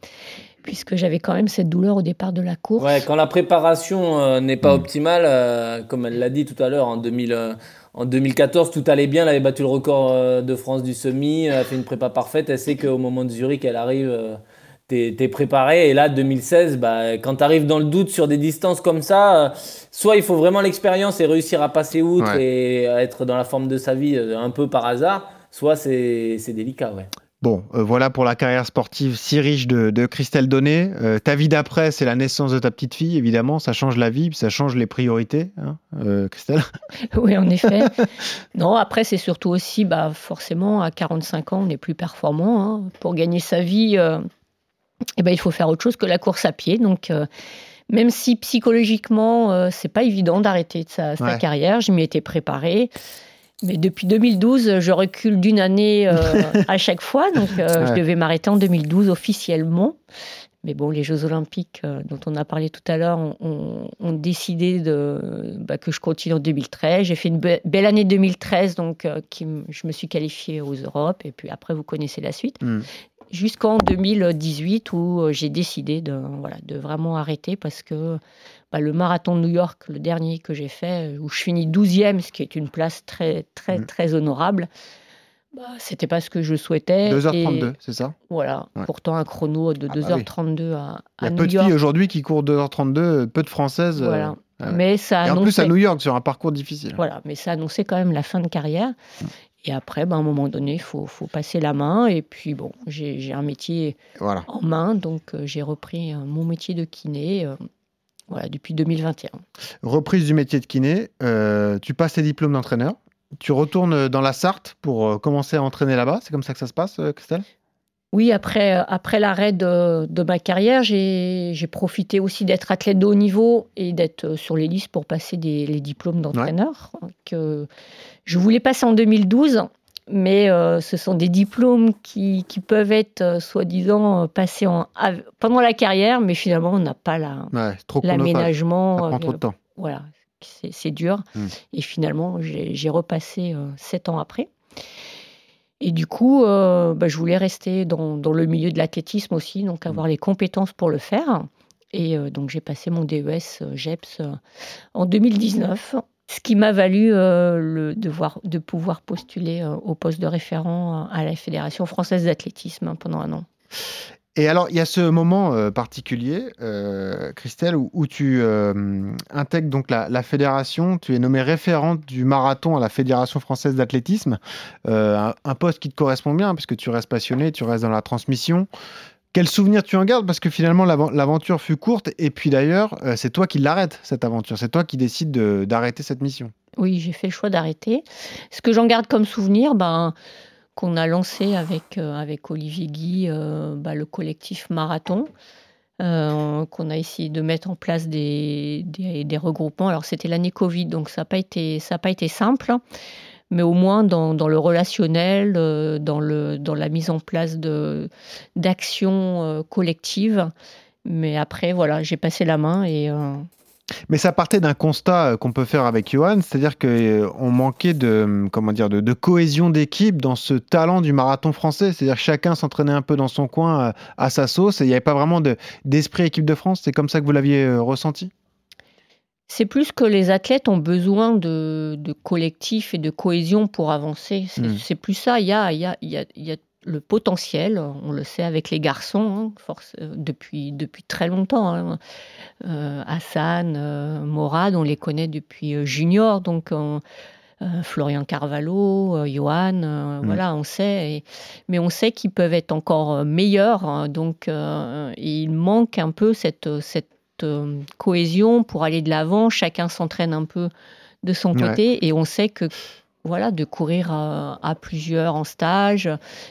Speaker 10: j'avais quand même cette douleur au départ de la course.
Speaker 5: Ouais, quand la préparation n'est pas optimale, comme elle l'a dit tout à l'heure, en 2014, tout allait bien. Elle avait battu le record de France du semi, elle a fait une prépa parfaite. Elle sait qu'au moment de Zurich, elle arrive. T'es préparé, et là 2016, quand t'arrives dans le doute sur des distances comme ça, soit il faut vraiment l'expérience et réussir à passer outre et à être dans la forme de sa vie un peu par hasard, soit c'est délicat. Ouais.
Speaker 4: Bon, voilà pour la carrière sportive si riche de Christelle Donnet. Ta vie d'après, c'est la naissance de ta petite fille, évidemment, ça change la vie, ça change les priorités, hein, Christelle ?
Speaker 10: Oui, en effet. Non, après, c'est surtout aussi, forcément, à 45 ans, on n'est plus performant. Hein. Pour gagner sa vie... il faut faire autre chose que la course à pied. Donc, même si psychologiquement, c'est pas évident d'arrêter sa carrière, je m'y étais préparée. Mais depuis 2012, je recule d'une année à chaque fois. Donc, je devais m'arrêter en 2012 officiellement. Mais bon, les Jeux Olympiques dont on a parlé tout à l'heure ont décidé que je continue en 2013. J'ai fait une belle année 2013, donc je me suis qualifiée aux Europes. Et puis après, vous connaissez la suite. Jusqu'en 2018 où j'ai décidé de vraiment arrêter parce que le marathon de New York, le dernier que j'ai fait, où je finis 12e, ce qui est une place très, très, très honorable, c'était pas ce que je souhaitais.
Speaker 4: 2h32, c'est ça ?
Speaker 10: Voilà, pourtant un chrono de 2h32 à New York.
Speaker 4: Il y a peu de filles aujourd'hui qui courent 2h32, peu de Françaises.
Speaker 10: Voilà. Mais ça
Speaker 4: et en plus à New York, sur un parcours difficile.
Speaker 10: Voilà, mais ça annonçait quand même la fin de carrière. Et après, à un moment donné, il faut passer la main. Et puis, bon, j'ai un métier en main. Donc, j'ai repris mon métier de kiné depuis 2021.
Speaker 4: Reprise du métier de kiné. Tu passes tes diplômes d'entraîneur. Tu retournes dans la Sarthe pour commencer à entraîner là-bas. C'est comme ça que ça se passe, Christelle ?
Speaker 10: Oui, après l'arrêt de ma carrière, j'ai profité aussi d'être athlète de haut niveau et d'être sur les listes pour passer les diplômes d'entraîneur que je voulais passer en 2012, mais ce sont des diplômes qui peuvent être soi-disant passés pendant la carrière, mais finalement on n'a pas l'aménagement.
Speaker 4: Ça prend trop de temps.
Speaker 10: Voilà, c'est dur. Et finalement, j'ai repassé 7 ans après. Et du coup, je voulais rester dans le milieu de l'athlétisme aussi, donc avoir les compétences pour le faire. Et donc, j'ai passé mon DES GEPS en 2019, ce qui m'a valu de pouvoir postuler au poste de référent à la Fédération française d'athlétisme pendant 1 an.
Speaker 4: Et alors, il y a ce moment particulier, Christelle, où tu intègres donc la fédération, tu es nommée référente du marathon à la Fédération française d'athlétisme, un poste qui te correspond bien, puisque tu restes passionné, tu restes dans la transmission. Quel souvenir tu en gardes ? Parce que finalement, l'aventure fut courte, et puis d'ailleurs, c'est toi qui l'arrêtes, cette aventure, c'est toi qui décides d'arrêter cette mission.
Speaker 10: Oui, j'ai fait le choix d'arrêter. Ce que j'en garde comme souvenir, qu'on a lancé avec Olivier Guy, le collectif Marathon. qu'on a essayé de mettre en place des regroupements. Alors c'était l'année Covid, donc ça n'a pas été simple, mais au moins dans le relationnel, dans la mise en place d'actions collectives. Mais après, voilà, j'ai passé la main et...
Speaker 4: Mais ça partait d'un constat qu'on peut faire avec Johan, c'est-à-dire qu'on manquait de cohésion d'équipe dans ce talent du marathon français. C'est-à-dire que chacun s'entraînait un peu dans son coin à sa sauce et il n'y avait pas vraiment d'esprit équipe de France. C'est comme ça que vous l'aviez ressenti ?
Speaker 10: C'est plus que les athlètes ont besoin de collectif et de cohésion pour avancer. C'est plus ça. Il y a le potentiel, on le sait avec les garçons, depuis très longtemps. Hassan, Morad, on les connaît depuis junior, donc Florian Carvalho, Johan, voilà, on sait. Mais on sait qu'ils peuvent être encore meilleurs, donc il manque un peu cette cohésion pour aller de l'avant. Chacun s'entraîne un peu de son côté et on sait que voilà, de courir à plusieurs en stage,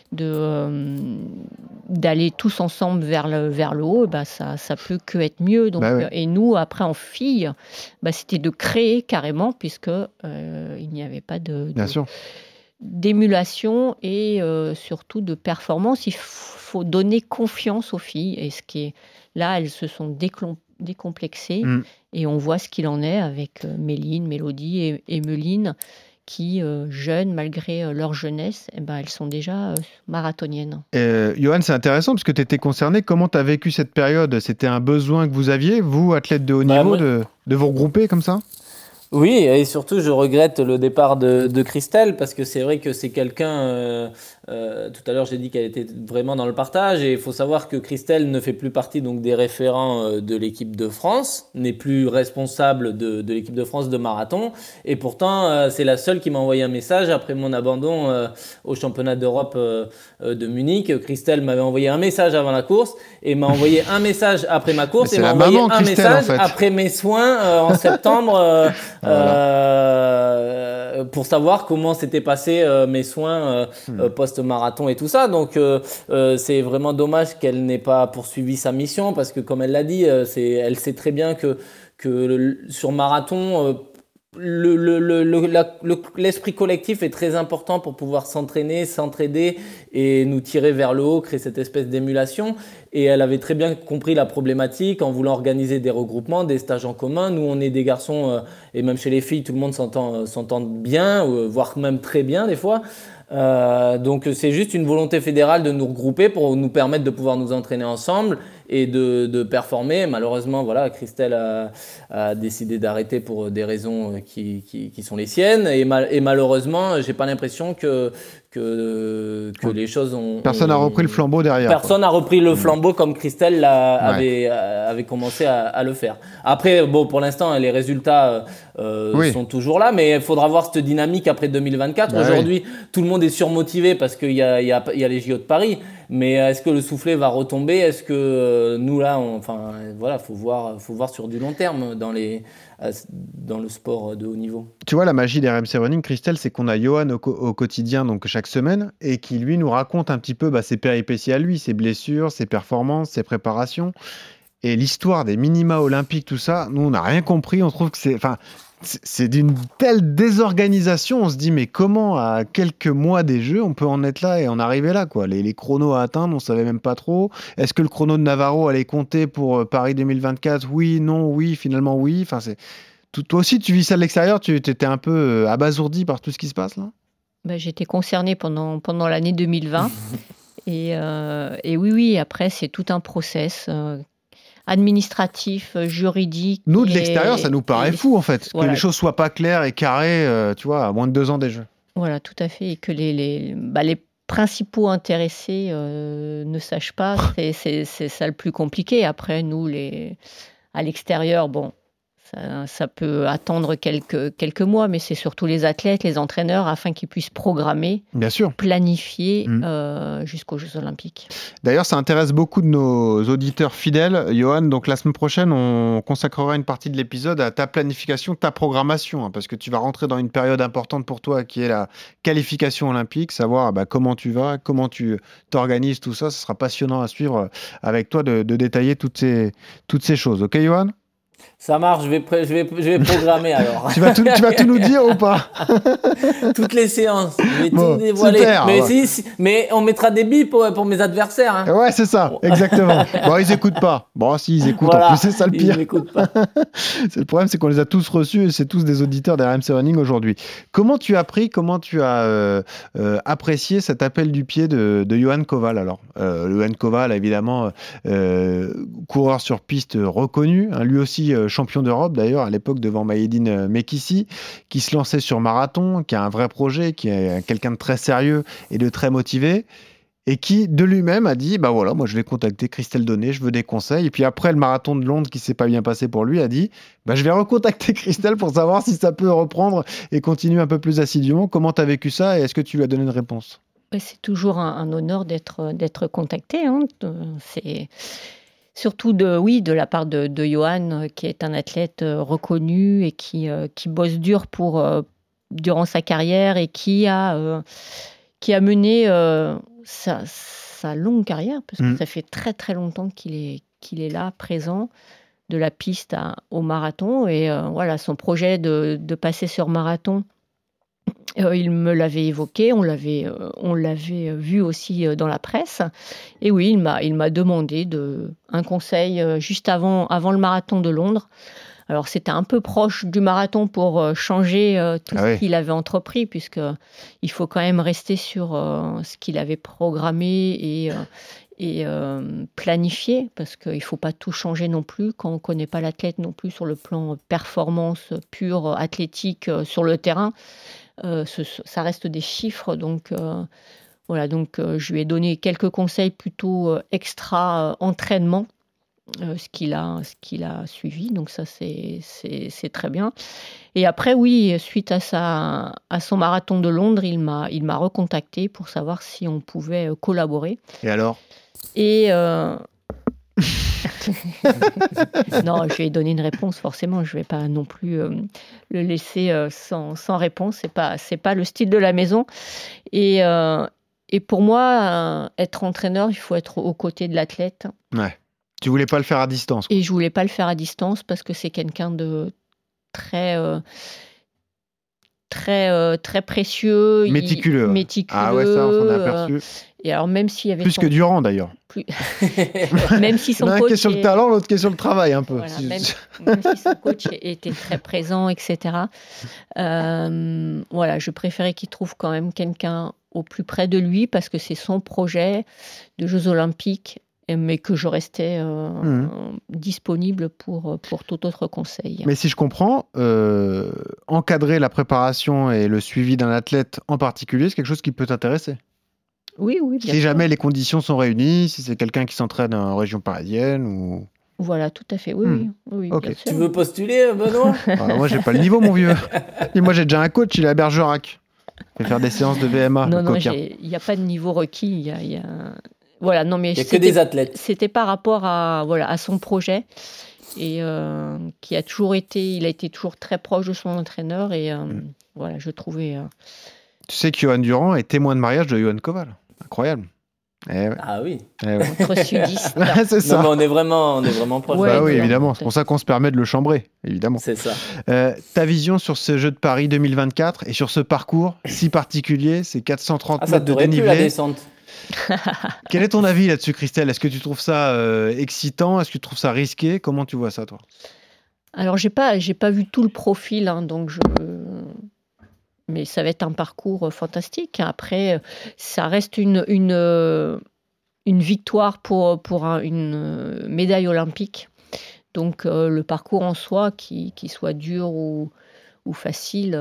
Speaker 10: d'aller tous ensemble vers le haut, ça peut que être mieux. Donc, et nous, après, en filles, c'était de créer carrément, puisque il n'y avait pas d'émulation et surtout de performance. Il faut donner confiance aux filles. Et ce qui est là, elles se sont décomplexées et on voit ce qu'il en est avec Méline, Mélodie et Emeline, qui, jeunes, malgré leur jeunesse, elles sont déjà marathoniennes.
Speaker 4: Johan, c'est intéressant parce que tu étais concerné. Comment tu as vécu cette période ? C'était un besoin que vous aviez, vous, athlètes de haut niveau, de vous regrouper comme ça ?
Speaker 5: Oui, et surtout, je regrette le départ de Christelle, parce que c'est vrai que c'est quelqu'un... tout à l'heure, j'ai dit qu'elle était vraiment dans le partage, et il faut savoir que Christelle ne fait plus partie donc, des référents de l'équipe de France, n'est plus responsable de l'équipe de France de marathon, et pourtant, c'est la seule qui m'a envoyé un message après mon abandon au championnat d'Europe de Munich. Christelle m'avait envoyé un message avant la course, et m'a envoyé un message après ma course, et m'a envoyé un message après mes soins en septembre... pour savoir comment s'étaient passés mes soins post-marathon et tout ça. Donc c'est vraiment dommage qu'elle n'ait pas poursuivi sa mission, parce que comme elle l'a dit, elle sait très bien que sur marathon, l'esprit collectif est très important pour pouvoir s'entraîner, s'entraider et nous tirer vers le haut, créer cette espèce d'émulation. Et elle avait très bien compris la problématique en voulant organiser des regroupements, des stages en commun. Nous, on est des garçons, et même chez les filles, tout le monde s'entend bien, voire même très bien des fois. Donc c'est juste une volonté fédérale de nous regrouper pour nous permettre de pouvoir nous entraîner ensemble et de performer. Malheureusement, voilà, Christelle a décidé d'arrêter pour des raisons qui sont les siennes. Et malheureusement, j'ai pas l'impression que les choses ont...
Speaker 4: Personne n'a repris le flambeau derrière.
Speaker 5: Personne n'a repris le flambeau comme Christelle avait commencé à le faire. Après, bon, pour l'instant, les résultats sont toujours là, mais il faudra voir cette dynamique après 2024. Aujourd'hui, tout le monde est surmotivé parce qu'il y a les JO de Paris. Mais est-ce que le soufflet va retomber ? Est-ce que nous là, faut voir sur du long terme dans le sport de haut niveau.
Speaker 4: Tu vois, la magie des RMC Running, Christelle, c'est qu'on a Johan au quotidien, donc chaque semaine, et qui lui nous raconte un petit peu ses péripéties à lui, ses blessures, ses performances, ses préparations. Et l'histoire des minima olympiques, tout ça, nous on n'a rien compris. On trouve que c'est d'une telle désorganisation, on se dit mais comment à quelques mois des Jeux on peut en être là et en arriver là quoi. Les chronos à atteindre, on savait même pas trop. Est-ce que le chrono de Navarro allait compter pour Paris 2024 ? Oui, non, oui, finalement oui. Enfin, toi aussi tu vis ça de l'extérieur, tu étais un peu abasourdi par tout ce qui se passe là ?
Speaker 10: J'étais concernée pendant l'année 2020 et oui, après c'est tout un process administratif, juridique.
Speaker 4: Nous, de l'extérieur, ça nous paraît fou, en fait. Que les choses soient pas claires et carrées, tu vois, à moins de 2 ans des Jeux.
Speaker 10: Voilà, tout à fait. Et que les principaux intéressés ne sachent pas, c'est ça le plus compliqué. Après, nous, à l'extérieur, bon, Ça peut attendre quelques mois, mais c'est surtout les athlètes, les entraîneurs, afin qu'ils puissent programmer,
Speaker 4: bien sûr,
Speaker 10: planifier jusqu'aux Jeux Olympiques.
Speaker 4: D'ailleurs, ça intéresse beaucoup de nos auditeurs fidèles. Johan, donc la semaine prochaine, on consacrera une partie de l'épisode à ta planification, ta programmation, parce que tu vas rentrer dans une période importante pour toi, qui est la qualification olympique, savoir comment tu vas, comment tu t'organises, tout ça. Ce sera passionnant à suivre avec toi de détailler toutes ces choses. Ok, Johan ?
Speaker 5: Ça marche, je vais programmer alors.
Speaker 4: tu vas tout nous dire ou pas?
Speaker 5: Toutes les séances, je vais tout dévoiler.
Speaker 4: Super,
Speaker 5: mais on mettra des billes pour mes adversaires. Hein.
Speaker 4: Ouais, c'est ça, exactement. Bon, ils écoutent pas. Bon, si, ils écoutent, voilà, en plus, c'est ça le pire.
Speaker 5: Ils m'écoutent pas.
Speaker 4: Le problème, c'est qu'on les a tous reçus et c'est tous des auditeurs d'RMC Running aujourd'hui. Comment tu as apprécié cet appel du pied de Johan Koval alors? Johan Koval, évidemment, coureur sur piste reconnu, hein, lui aussi champion d'Europe d'ailleurs à l'époque devant Maïeddine Mekissi, qui se lançait sur marathon, qui a un vrai projet, qui est quelqu'un de très sérieux et de très motivé, et qui de lui-même a dit moi je vais contacter Christelle Donnet, je veux des conseils. Et puis après le marathon de Londres qui s'est pas bien passé pour lui, a dit je vais recontacter Christelle pour savoir si ça peut reprendre et continuer un peu plus assidûment. Comment tu as vécu ça et est-ce que tu lui as donné une réponse?
Speaker 10: C'est toujours un honneur d'être contacté, hein. C'est surtout de la part de Johan, qui est un athlète reconnu et qui bosse dur durant sa carrière et qui a mené sa longue carrière, parce que ça fait très très longtemps qu'il est là, présent, de la piste au marathon. Et son projet de passer sur marathon, il me l'avait évoqué, on l'avait vu aussi dans la presse. Et oui, il m'a demandé un conseil juste avant le marathon de Londres. Alors c'était un peu proche du marathon pour changer tout ce qu'il avait entrepris, puisqu'il faut quand même rester sur ce qu'il avait programmé et planifié, parce qu'il ne faut pas tout changer non plus quand on ne connaît pas l'athlète non plus sur le plan performance pure athlétique sur le terrain. Ça reste des chiffres, donc je lui ai donné quelques conseils plutôt extra entraînement, ce qu'il a suivi, donc ça c'est très bien. Et après oui, suite à son marathon de Londres, il m'a recontacté pour savoir si on pouvait collaborer.
Speaker 4: Et alors?
Speaker 10: Et non, je lui ai donné une réponse, forcément. Je ne vais pas non plus le laisser sans réponse. C'est pas le style de la maison. Et pour moi, être entraîneur, il faut être aux côtés de l'athlète.
Speaker 4: Ouais. Tu voulais pas le faire à distance, quoi.
Speaker 10: Et je voulais pas le faire à distance parce que c'est quelqu'un de très précieux,
Speaker 4: méticuleux. Ah ouais, ça on s'en est aperçu.
Speaker 10: Et alors même s'il y avait
Speaker 4: plus que Durand d'ailleurs.
Speaker 10: Même si son
Speaker 4: coach. L'un qui est sur le talent, l'autre qui est sur le travail un peu.
Speaker 10: Voilà, même si son coach était très présent, etc. Je préférais qu'il trouve quand même quelqu'un au plus près de lui parce que c'est son projet de Jeux Olympiques, mais que je restais disponible pour tout autre conseil.
Speaker 4: Mais si je comprends, encadrer la préparation et le suivi d'un athlète en particulier, c'est quelque chose qui peut t'intéresser.
Speaker 10: Oui, bien sûr.
Speaker 4: Si jamais les conditions sont réunies, si c'est quelqu'un qui s'entraîne en région parisienne ou...
Speaker 10: Voilà, tout à fait, oui,
Speaker 4: okay.
Speaker 10: Bien sûr.
Speaker 5: Tu veux postuler, Benoît?
Speaker 4: Moi, j'ai pas le niveau, mon vieux. Et moi, j'ai déjà un coach, il est à Bergerac. Je vais faire des séances de VMA.
Speaker 10: Non, il n'y a pas de niveau requis, il y a... Voilà, non, mais
Speaker 5: il n'y a que des athlètes.
Speaker 10: C'était par rapport à son projet et il a été toujours très proche de son entraîneur et je trouvais...
Speaker 4: Tu sais que Johan Durand est témoin de mariage de Johan Koval. Incroyable.
Speaker 5: Ah oui.
Speaker 10: Entre sudistes.
Speaker 4: C'est ça.
Speaker 5: Non, mais on est vraiment proche.
Speaker 4: Ouais, oui, évidemment. C'est pour ça qu'on se permet de le chambrer, évidemment.
Speaker 5: C'est ça.
Speaker 4: Ta vision sur ce Jeu de Paris 2024 et sur ce parcours si particulier, ces 430 mètres de dénivelé.
Speaker 5: La descente.
Speaker 4: Quel est ton avis là-dessus, Christelle? Est-ce que tu trouves ça excitant? Est-ce que tu trouves ça risqué? Comment tu vois ça, toi?
Speaker 10: Alors, j'ai pas vu tout le profil, hein, donc mais ça va être un parcours fantastique. Après, ça reste une victoire pour une médaille olympique. Donc, le parcours en soi, qui soit dur ou facile,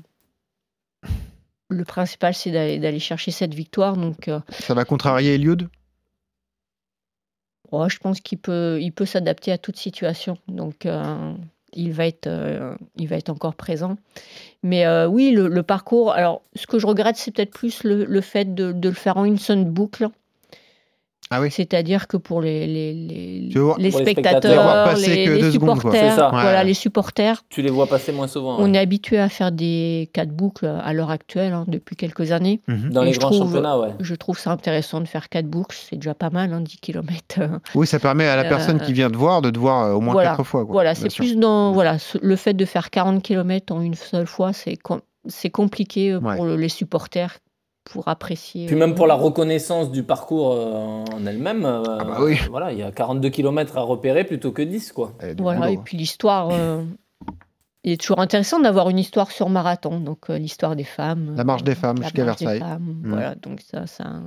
Speaker 10: le principal, c'est d'aller chercher cette victoire. Donc,
Speaker 4: ça va contrarier Eliud?
Speaker 10: Je pense qu'il peut s'adapter à toute situation. Donc, il va être encore présent. Mais oui, le parcours. Alors, ce que je regrette, c'est peut-être plus le fait de le faire en une seule boucle.
Speaker 4: Ah oui.
Speaker 10: C'est-à-dire que pour les
Speaker 4: pour
Speaker 10: spectateurs,
Speaker 4: les
Speaker 10: supporters, voilà, les supporters,
Speaker 5: tu les vois passer moins souvent.
Speaker 10: On est habitué à faire des 4 boucles à l'heure actuelle, depuis quelques années.
Speaker 5: Dans les grands championnats, ouais.
Speaker 10: Je trouve ça intéressant de faire 4 boucles, c'est déjà pas mal, 10 km.
Speaker 4: Oui, ça permet à la personne qui vient de voir au moins 4 fois.
Speaker 10: Voilà, c'est plus le fait de faire 40 km en une seule fois, c'est compliqué pour les supporters. Pour apprécier.
Speaker 5: Puis même pour la reconnaissance du parcours en elle-même,
Speaker 4: oui.
Speaker 5: Voilà, il y a 42 km à repérer plutôt que 10, quoi.
Speaker 10: Voilà, et puis l'histoire, il est toujours intéressant d'avoir une histoire sur marathon, donc l'histoire des femmes.
Speaker 4: La marche des femmes jusqu'à Versailles.
Speaker 10: Voilà, donc ça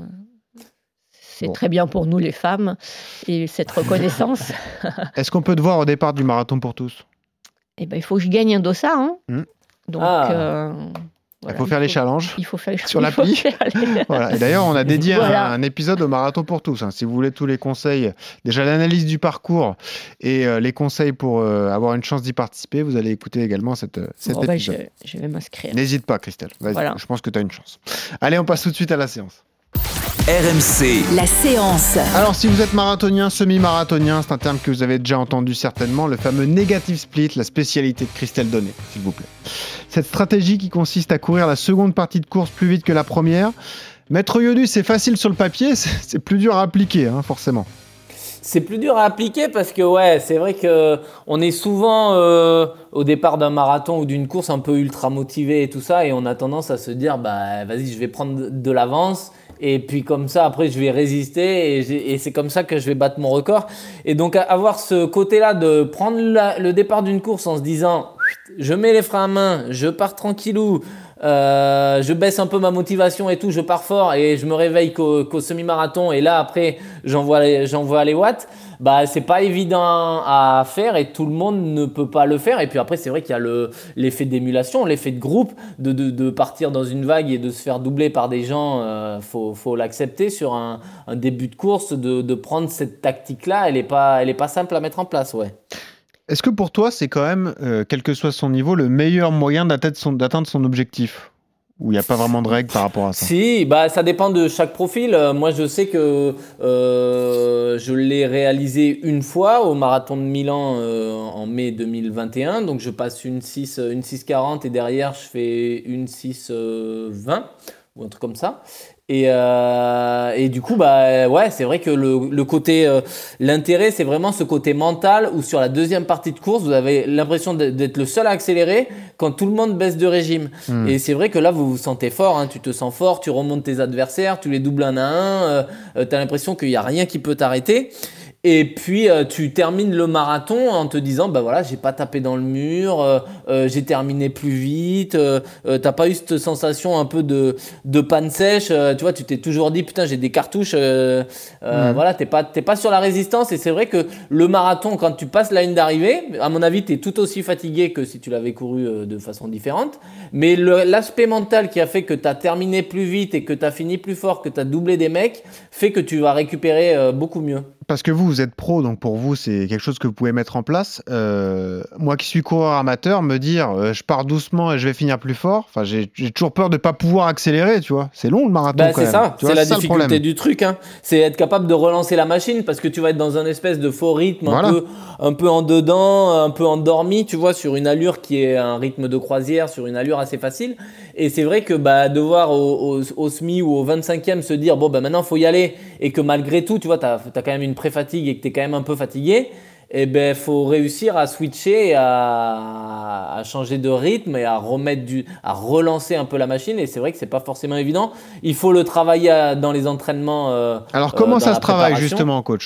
Speaker 10: c'est très bien pour nous les femmes, et cette reconnaissance.
Speaker 4: Est-ce qu'on peut te voir au départ du marathon pour tous ?
Speaker 10: Eh ben, il faut que je gagne un dossard. Donc...
Speaker 4: Voilà, il faut faire les challenges sur
Speaker 10: l'appli.
Speaker 4: Voilà. Et d'ailleurs, on a dédié un épisode au marathon pour tous. Si vous voulez tous les conseils, déjà l'analyse du parcours et les conseils pour avoir une chance d'y participer, vous allez écouter également cet épisode.
Speaker 10: Je vais m'inscrire.
Speaker 4: N'hésite pas, Christelle. Vas-y,
Speaker 10: voilà.
Speaker 4: Je pense que tu as une chance. Allez, on passe tout de suite à la séance.
Speaker 3: RMC.
Speaker 12: La séance.
Speaker 4: Alors, si vous êtes marathonien, semi-marathonien, c'est un terme que vous avez déjà entendu certainement, le fameux negative split, la spécialité de Christelle Donnet, s'il vous plaît. Cette stratégie qui consiste à courir la seconde partie de course plus vite que la première. Maître Yodu, c'est facile sur le papier, c'est plus dur à appliquer, forcément.
Speaker 5: C'est plus dur à appliquer parce que c'est vrai qu'on est souvent au départ d'un marathon ou d'une course un peu ultra motivé et tout ça, et on a tendance à se dire vas-y, je vais prendre de l'avance. Et puis comme ça, après, je vais résister et c'est comme ça que je vais battre mon record. Et donc, avoir ce côté-là de prendre le départ d'une course en se disant « je mets les freins à main, je pars tranquillou, je baisse un peu ma motivation et tout, je pars fort et je me réveille qu'au semi-marathon et là, après, j'envoie les watts », c'est pas évident à faire et tout le monde ne peut pas le faire. Et puis après, c'est vrai qu'il y a l'effet d'émulation, l'effet de groupe, de partir dans une vague et de se faire doubler par des gens. Faut l'accepter sur un début de course, de prendre cette tactique-là. Elle est pas simple à mettre en place, ouais.
Speaker 4: Est-ce que pour toi, c'est quand même, quel que soit son niveau, le meilleur moyen d'atteindre son objectif ? Ou il n'y a pas vraiment de règle par rapport à ça ?
Speaker 5: Si, ça dépend de chaque profil. Moi, je sais que je l'ai réalisé une fois au marathon de Milan en mai 2021. Donc, je passe une 6,40 et derrière, je fais une 6,20 ou un truc comme ça. Et du coup, c'est vrai que le côté, l'intérêt, c'est vraiment ce côté mental où sur la deuxième partie de course, vous avez l'impression d'être le seul à accélérer quand tout le monde baisse de régime. Et c'est vrai que là, vous vous sentez fort, tu te sens fort, tu remontes tes adversaires, tu les doubles un à un, t'as l'impression qu'il n'y a rien qui peut t'arrêter. Et puis tu termines le marathon en te disant j'ai pas tapé dans le mur, j'ai terminé plus vite, t'as pas eu cette sensation un peu de panne sèche, tu vois, tu t'es toujours dit putain j'ai des cartouches, voilà, t'es pas sur la résistance. Et c'est vrai que le marathon, quand tu passes la ligne d'arrivée, à mon avis t'es tout aussi fatigué que si tu l'avais couru de façon différente, mais l'aspect mental qui a fait que t'as terminé plus vite et que t'as fini plus fort, que t'as doublé des mecs, fait que tu vas récupérer beaucoup mieux.
Speaker 4: Parce que vous êtes pro, donc pour vous, c'est quelque chose que vous pouvez mettre en place. Moi qui suis coureur amateur, me dire je pars doucement et je vais finir plus fort, j'ai toujours peur de ne pas pouvoir accélérer, tu vois. C'est long le marathon quand
Speaker 5: c'est
Speaker 4: même.
Speaker 5: Ça, c'est la difficulté du truc. C'est être capable de relancer la machine parce que tu vas être dans un espèce de faux rythme, un peu en dedans, un peu endormi, tu vois, sur une allure qui est un rythme de croisière, sur une allure assez facile. Et c'est vrai que de voir au semi ou au 25e se dire maintenant il faut y aller et que malgré tout, tu vois, t'as quand même une pré-fatigue et que t'es quand même un peu fatigué, faut réussir à switcher, à changer de rythme et à relancer un peu la machine. Et c'est vrai que c'est pas forcément évident. Il faut le travailler dans les entraînements.
Speaker 4: Alors comment ça se travaille justement, coach ?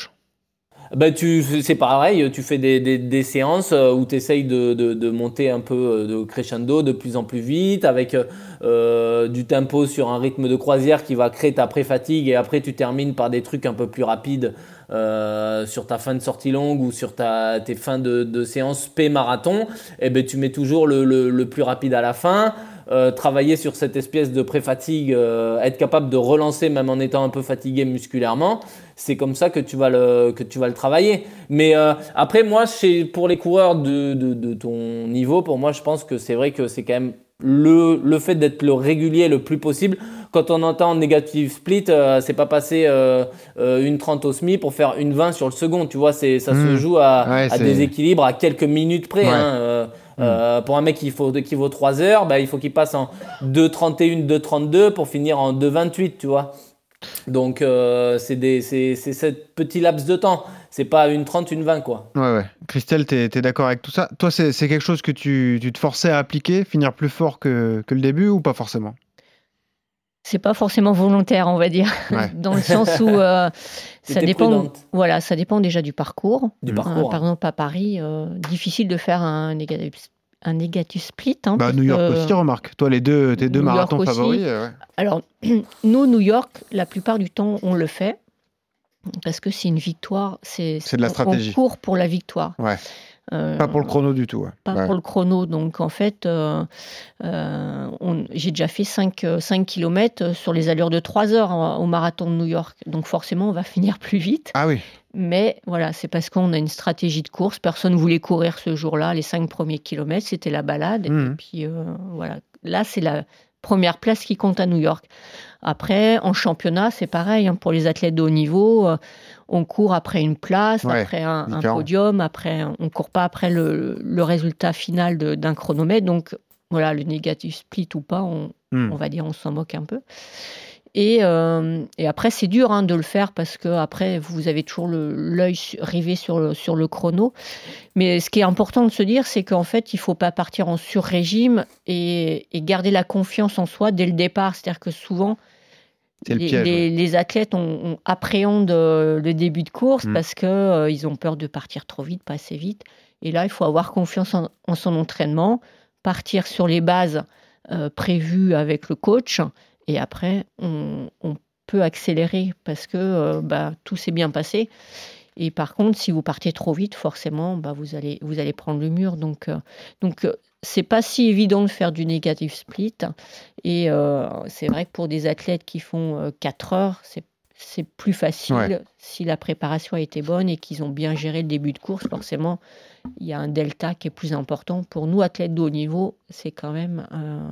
Speaker 5: C'est pareil, tu fais des séances où tu essayes de monter un peu de crescendo de plus en plus vite avec du tempo sur un rythme de croisière qui va créer ta pré-fatigue et après tu termines par des trucs un peu plus rapides sur ta fin de sortie longue ou sur tes fins de séance P-marathon. Tu mets toujours le plus rapide à la fin. Travailler sur cette espèce de pré-fatigue, être capable de relancer même en étant un peu fatigué musculairement. c'est comme ça que tu vas le travailler. Mais après, moi, pour les coureurs de ton niveau, pour moi, je pense que c'est vrai que c'est quand même le fait d'être le régulier le plus possible. Quand on entend négative split, c'est pas passer une 30 au semi pour faire une 20 sur le second. Tu vois, ça se joue à des équilibres à quelques minutes près. Pour un mec qui vaut 3 heures, il faut qu'il passe en 2,31, 2,32 pour finir en 2,28, tu vois. Donc, c'est ce petit laps de temps. C'est pas une 30, une 20, quoi.
Speaker 4: Ouais. Christelle, t'es d'accord avec tout ça? Toi, c'est quelque chose que tu te forçais à appliquer, finir plus fort que le début, ou pas forcément?
Speaker 10: C'est pas forcément volontaire, on va dire, dans le sens où ça dépend. Voilà, ça dépend déjà du parcours. Par exemple, à Paris, difficile de faire un négatif split.
Speaker 4: New York aussi, remarque. Toi, tes deux marathons favoris.
Speaker 10: Alors, nous, New York, la plupart du temps, on le fait parce que c'est une victoire. C'est
Speaker 4: de la stratégie.
Speaker 10: On court pour la victoire.
Speaker 4: Ouais. Pas pour le chrono du tout.
Speaker 10: Pas pour le chrono. Donc, en fait, j'ai déjà fait 5 km sur les allures de 3 heures au marathon de New York. Donc, forcément, on va finir plus vite.
Speaker 4: Ah oui.
Speaker 10: Mais voilà, c'est parce qu'on a une stratégie de course. Personne ne voulait courir ce jour-là. Les 5 premiers kilomètres, c'était la balade. Et puis, voilà. Là, c'est la première place qui compte à New York. Après, en championnat, c'est pareil. Pour les athlètes de haut niveau, on court après une place, après un podium. Après, on ne court pas après le résultat final d'un chronomètre. Donc, voilà, le négatif split ou pas, on va dire, on s'en moque un peu. Et après, c'est dur de le faire parce que après, vous avez toujours l'œil rivé sur le chrono. Mais ce qui est important de se dire, c'est qu'en fait, il ne faut pas partir en sur-régime et garder la confiance en soi dès le départ. C'est-à-dire que souvent, les athlètes appréhendent le début de course parce qu'ils ont peur de partir trop vite, pas assez vite. Et là, il faut avoir confiance en son entraînement, partir sur les bases prévues avec le coach. Et après, on peut accélérer parce que tout s'est bien passé. Et par contre, si vous partez trop vite, forcément, vous allez prendre le mur. Donc, c'est pas si évident de faire du negative split. Et c'est vrai que pour des athlètes qui font 4 heures, c'est plus facile si la préparation a été bonne et qu'ils ont bien géré le début de course. Forcément, il y a un delta qui est plus important. Pour nous, athlètes de haut niveau, c'est quand même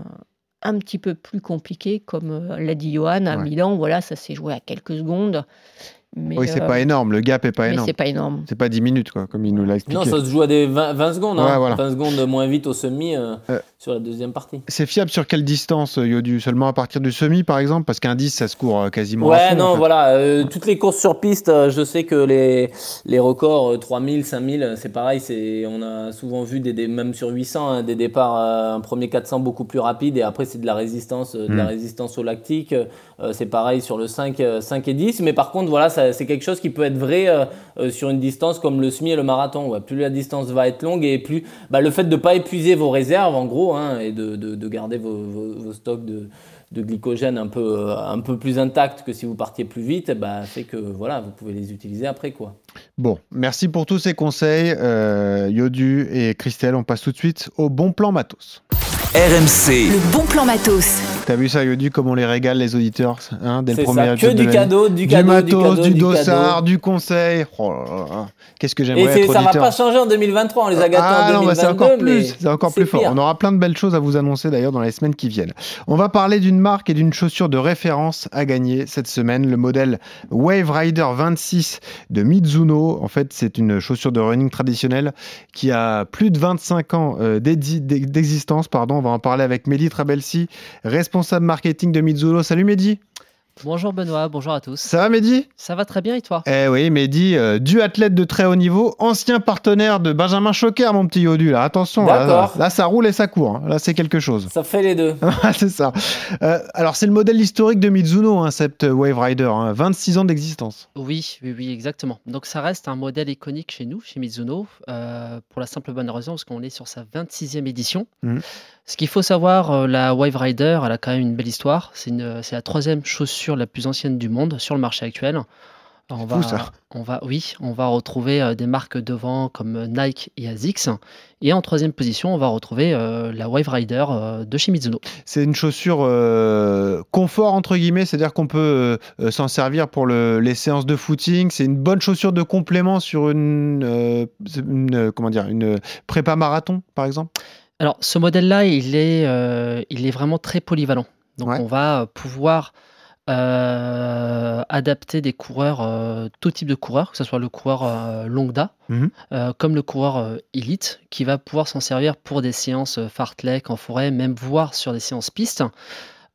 Speaker 10: un petit peu plus compliqué, comme l'a dit Johan, à Milan. Voilà, ça s'est joué à quelques secondes. Mais
Speaker 4: oui, c'est pas énorme, le gap est pas énorme.
Speaker 10: C'est pas énorme.
Speaker 4: C'est pas 10 minutes, quoi, comme il nous l'a expliqué.
Speaker 5: Non, ça se joue à des 20 secondes.
Speaker 4: Voilà.
Speaker 5: 20 secondes moins vite au semi sur la deuxième partie.
Speaker 4: C'est fiable sur quelle distance, Yodu? Seulement à partir du semi, par exemple? Parce qu'un 10, ça se court quasiment à fond, en fait.
Speaker 5: Voilà. Toutes les courses sur piste, je sais que les records 3000, 5000, c'est pareil. On a souvent vu, même sur 800, des départs, un premier 400 beaucoup plus rapide et après, c'est de la résistance au lactique. C'est pareil sur le 5 et 10. Mais par contre, voilà, c'est quelque chose qui peut être vrai sur une distance comme le semi et le marathon. Plus la distance va être longue et plus le fait de ne pas épuiser vos réserves, en gros, et de garder vos stocks de glycogène un peu plus intacts que si vous partiez plus vite, fait que voilà, vous pouvez les utiliser après, quoi.
Speaker 4: Bon, merci pour tous ces conseils, Yodu et Christelle. On passe tout de suite au bon plan matos.
Speaker 3: RMC.
Speaker 12: Le bon plan matos.
Speaker 4: T'as vu ça, Yodu, comme on les régale, les auditeurs, dès le premier
Speaker 5: épisode de
Speaker 4: l'année.
Speaker 5: Du matos,
Speaker 4: du dossard, du conseil. Oh là là. Qu'est-ce que j'aimerais être auditeur.
Speaker 5: Et ça va pas changer en 2023, on les a gâtés en 2022.
Speaker 4: C'est encore plus fort. On aura plein de belles choses à vous annoncer d'ailleurs dans les semaines qui viennent. On va parler d'une marque et d'une chaussure de référence à gagner cette semaine, le modèle Wave Rider 26 de Mizuno. En fait, c'est une chaussure de running traditionnelle qui a plus de 25 ans d'existence. On va en parler avec Mehdi Trabelsi, responsable marketing de Mizuno. Salut Mehdi.
Speaker 13: Bonjour Benoît, bonjour à tous.
Speaker 4: Ça va Mehdi?
Speaker 13: Ça va très bien et toi?
Speaker 4: Eh oui Mehdi, duathlète de très haut niveau, ancien partenaire de Benjamin Choquer, mon petit Yodu. Là, attention, là ça roule et ça court. Là c'est quelque chose.
Speaker 5: Ça fait les deux.
Speaker 4: C'est ça. Alors c'est le modèle historique de Mizuno, cette Wave Rider, 26 ans d'existence.
Speaker 13: Oui, exactement. Donc ça reste un modèle iconique chez nous, chez Mizuno, pour la simple bonne raison parce qu'on est sur sa 26e édition. Ce qu'il faut savoir, la Wave Rider, elle a quand même une belle histoire. C'est la 3e chaussure la plus ancienne du monde sur le marché actuel. On
Speaker 4: Fou, ça.
Speaker 13: va retrouver des marques devant comme Nike et Asics. Et en troisième position, on va retrouver la Wave Rider de chez Mizuno.
Speaker 4: C'est une chaussure confort, entre guillemets, c'est-à-dire qu'on peut s'en servir pour les séances de footing. C'est une bonne chaussure de complément sur une prépa marathon, par exemple.
Speaker 13: Alors, ce modèle-là, il est vraiment très polyvalent. Donc, on va pouvoir adapter des coureurs, tout type de coureurs, que ce soit le coureur lambda, comme le coureur élite, qui va pouvoir s'en servir pour des séances fartlek en forêt, même voire sur des séances pistes. Pourquoi ?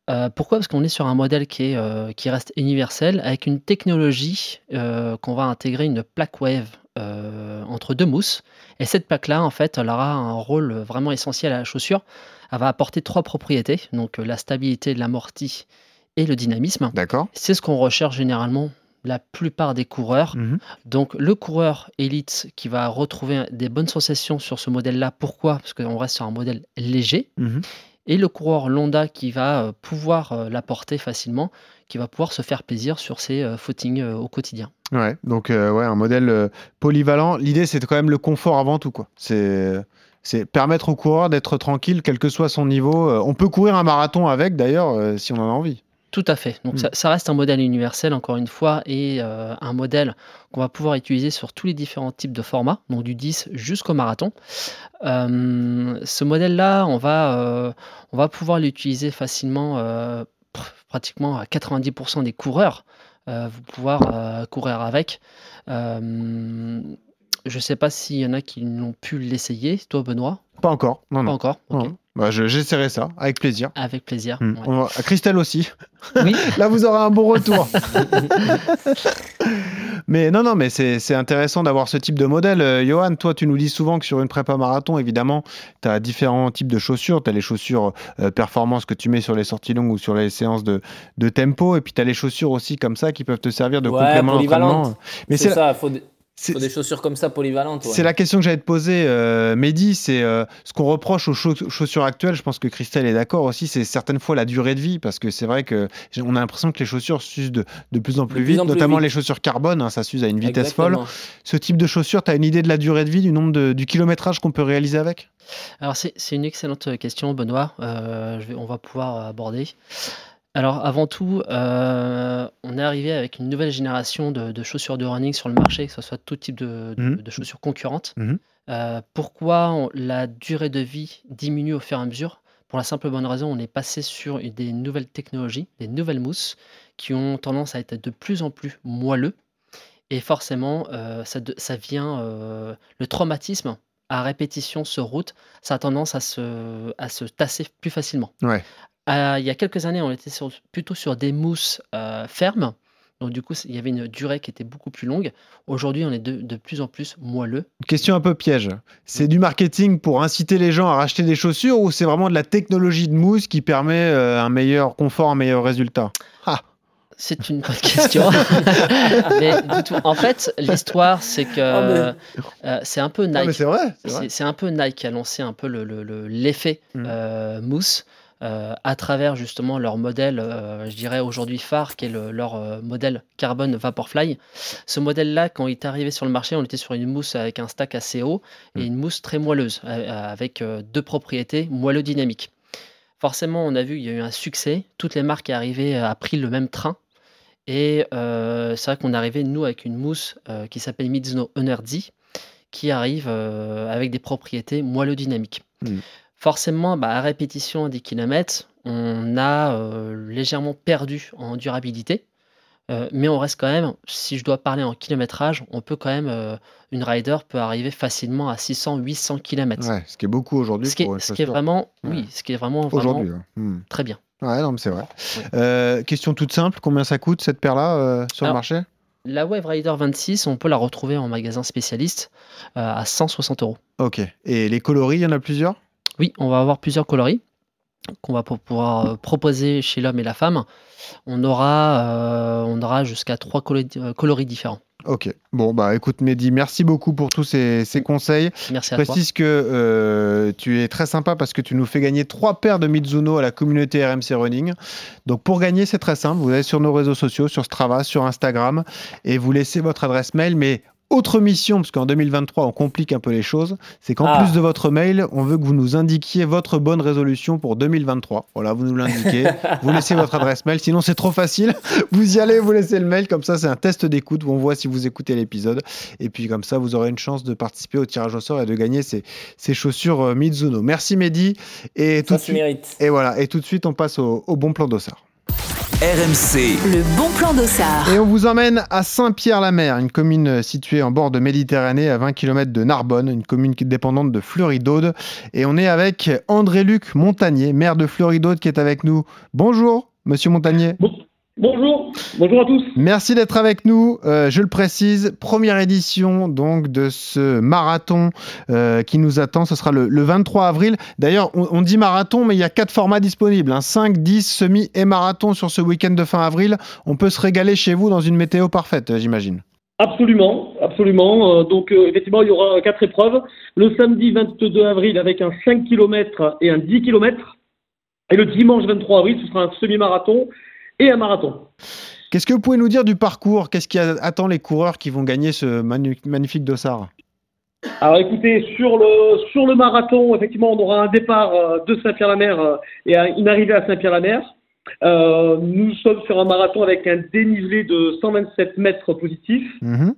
Speaker 13: Parce qu'on est sur un modèle qui reste universel, avec une technologie qu'on va intégrer une plaque wave entre deux mousses. Et cette plaque-là, en fait, elle aura un rôle vraiment essentiel à la chaussure. Elle va apporter 3 propriétés, donc la stabilité, l'amorti et le dynamisme.
Speaker 4: D'accord.
Speaker 13: C'est ce qu'on recherche généralement la plupart des coureurs. Donc le coureur élite qui va retrouver des bonnes sensations sur ce modèle-là. Pourquoi ? Parce qu'on reste sur un modèle léger. Et le coureur lambda qui va pouvoir l'apporter facilement, qui va pouvoir se faire plaisir sur ses footings au quotidien.
Speaker 4: Ouais, donc un modèle polyvalent. L'idée, c'est quand même le confort avant tout, quoi. C'est permettre au coureur d'être tranquille, quel que soit son niveau. On peut courir un marathon avec, d'ailleurs, si on en a envie.
Speaker 13: Tout à fait. Donc ça reste un modèle universel, encore une fois, et un modèle qu'on va pouvoir utiliser sur tous les différents types de formats, donc du 10 jusqu'au marathon. Ce modèle-là, on va pouvoir l'utiliser facilement, pratiquement à 90% des coureurs, vous pouvoir courir avec. Je ne sais pas s'il y en a qui n'ont pu l'essayer. Toi, Benoît ?
Speaker 4: Pas encore. Non.
Speaker 13: Pas encore. Okay.
Speaker 4: Bah, j'essaierai ça, avec plaisir.
Speaker 13: Avec plaisir.
Speaker 4: Ouais. Christelle aussi.
Speaker 13: Oui.
Speaker 4: Là, vous aurez un bon retour. Mais mais c'est intéressant d'avoir ce type de modèle. Johan, toi, tu nous dis souvent que sur une prépa marathon, évidemment, tu as différents types de chaussures. Tu as les chaussures performance que tu mets sur les sorties longues ou sur les séances de tempo. Et puis, tu as les chaussures aussi comme ça qui peuvent te servir de complément d'entraînement.
Speaker 5: Mais c'est ça, il faut des chaussures comme ça polyvalentes.
Speaker 4: C'est la question que j'allais te poser, Mehdi. C'est ce qu'on reproche aux chaussures actuelles. Je pense que Christelle est d'accord aussi. C'est certaines fois la durée de vie, parce que c'est vrai qu'on a l'impression que les chaussures s'usent de plus en plus vite, notamment les chaussures carbone. Hein, ça s'use à une vitesse folle. Ce type de chaussures, tu as une idée de la durée de vie, du nombre du kilométrage qu'on peut réaliser avec ?
Speaker 13: Alors c'est une excellente question, Benoît. On va pouvoir aborder. Alors avant tout, on est arrivé avec une nouvelle génération de chaussures de running sur le marché, que ce soit tout type de chaussures concurrentes. Pourquoi la durée de vie diminue au fur et à mesure ? Pour la simple bonne raison, on est passé sur des nouvelles technologies, des nouvelles mousses, qui ont tendance à être de plus en plus moelleux. Et forcément, ça vient, le traumatisme à répétition sur route, ça a tendance à se tasser plus facilement.
Speaker 4: Ouais.
Speaker 13: Il y a quelques années, on était plutôt sur des mousses fermes. Donc du coup, il y avait une durée qui était beaucoup plus longue. Aujourd'hui, on est de plus en plus moelleux.
Speaker 4: Question un peu piège. C'est du marketing pour inciter les gens à racheter des chaussures, ou c'est vraiment de la technologie de mousse qui permet un meilleur confort, un meilleur résultat ?
Speaker 13: C'est une bonne question. Mais du tout. En fait, l'histoire, c'est que c'est un peu Nike.
Speaker 4: Non, mais c'est vrai.
Speaker 13: C'est un peu Nike qui a lancé un peu l'effet mousse. À travers justement leur modèle, je dirais aujourd'hui phare, qui est leur modèle Carbon Vaporfly. Ce modèle-là, quand il est arrivé sur le marché, on était sur une mousse avec un stack assez haut et une mousse très moelleuse, avec 2 propriétés moelleux dynamiques. Forcément, on a vu qu'il y a eu un succès. Toutes les marques arrivées a pris le même train. Et c'est vrai qu'on est arrivé, nous, avec une mousse qui s'appelle Mizuno Energy, qui arrive avec des propriétés moelleux dynamiques. Forcément, à répétition à 10 km, on a légèrement perdu en durabilité, mais on reste quand même, si je dois parler en kilométrage, on peut quand même, une rider peut arriver facilement à 600-800 km.
Speaker 4: Ouais, ce qui est beaucoup aujourd'hui.
Speaker 13: Ce qui est vraiment,
Speaker 4: aujourd'hui,
Speaker 13: très bien.
Speaker 4: Ouais, non, mais c'est vrai. Question toute simple, combien ça coûte cette paire-là sur le marché ?
Speaker 13: La Wave Rider 26, on peut la retrouver en magasin spécialiste à 160 €.
Speaker 4: Ok. Et les coloris, il y en a plusieurs ?
Speaker 13: Oui, on va avoir plusieurs coloris qu'on va pouvoir proposer chez l'homme et la femme. On aura jusqu'à 3 coloris différents.
Speaker 4: Ok. Bon, bah écoute Mehdi, merci beaucoup pour tous ces conseils.
Speaker 13: Merci à toi.
Speaker 4: Je précise que tu es très sympa parce que tu nous fais gagner 3 paires de Mizuno à la communauté RMC Running. Donc pour gagner, c'est très simple. Vous allez sur nos réseaux sociaux, sur Strava, sur Instagram, et vous laissez votre adresse mail. Mais autre mission, parce qu'en 2023, on complique un peu les choses, c'est qu'en plus de votre mail, on veut que vous nous indiquiez votre bonne résolution pour 2023. Voilà, vous nous l'indiquez, vous laissez votre adresse mail, sinon c'est trop facile. Vous y allez, vous laissez le mail, comme ça c'est un test d'écoute où on voit si vous écoutez l'épisode. Et puis comme ça, vous aurez une chance de participer au tirage au sort et de gagner ces chaussures Mizuno. Merci Mehdi. Et tout de suite, et voilà, et tout de suite, on passe au bon plan d'Ossard.
Speaker 3: RMC.
Speaker 12: Le bon plan d'Ossard.
Speaker 4: Et on vous emmène à Saint-Pierre-la-Mer, une commune située en bord de Méditerranée à 20 km de Narbonne, une commune dépendante de Fleury-d'Aude. Et on est avec André-Luc Montagnier, maire de Fleury-d'Aude, qui est avec nous. Bonjour, monsieur Montagnier.
Speaker 14: Bonjour à tous.
Speaker 4: Merci d'être avec nous. Je le précise, première édition donc de ce marathon qui nous attend. Ce sera le 23 avril. D'ailleurs, on dit marathon, mais il y a 4 formats disponibles. 5, 10, semi et marathon sur ce week-end de fin avril. On peut se régaler chez vous dans une météo parfaite, j'imagine.
Speaker 14: Absolument. Donc, effectivement, il y aura 4 épreuves. Le samedi 22 avril avec un 5 km et un 10 km. Et le dimanche 23 avril, ce sera un semi-marathon et un marathon.
Speaker 4: Qu'est-ce que vous pouvez nous dire du parcours ? Qu'est-ce qui attend les coureurs qui vont gagner ce magnifique dossard ?
Speaker 14: Alors écoutez, sur le marathon, effectivement, on aura un départ de Saint-Pierre-la-Mer et une arrivée à Saint-Pierre-la-Mer. Nous sommes sur un marathon avec un dénivelé de 127 mètres positifs.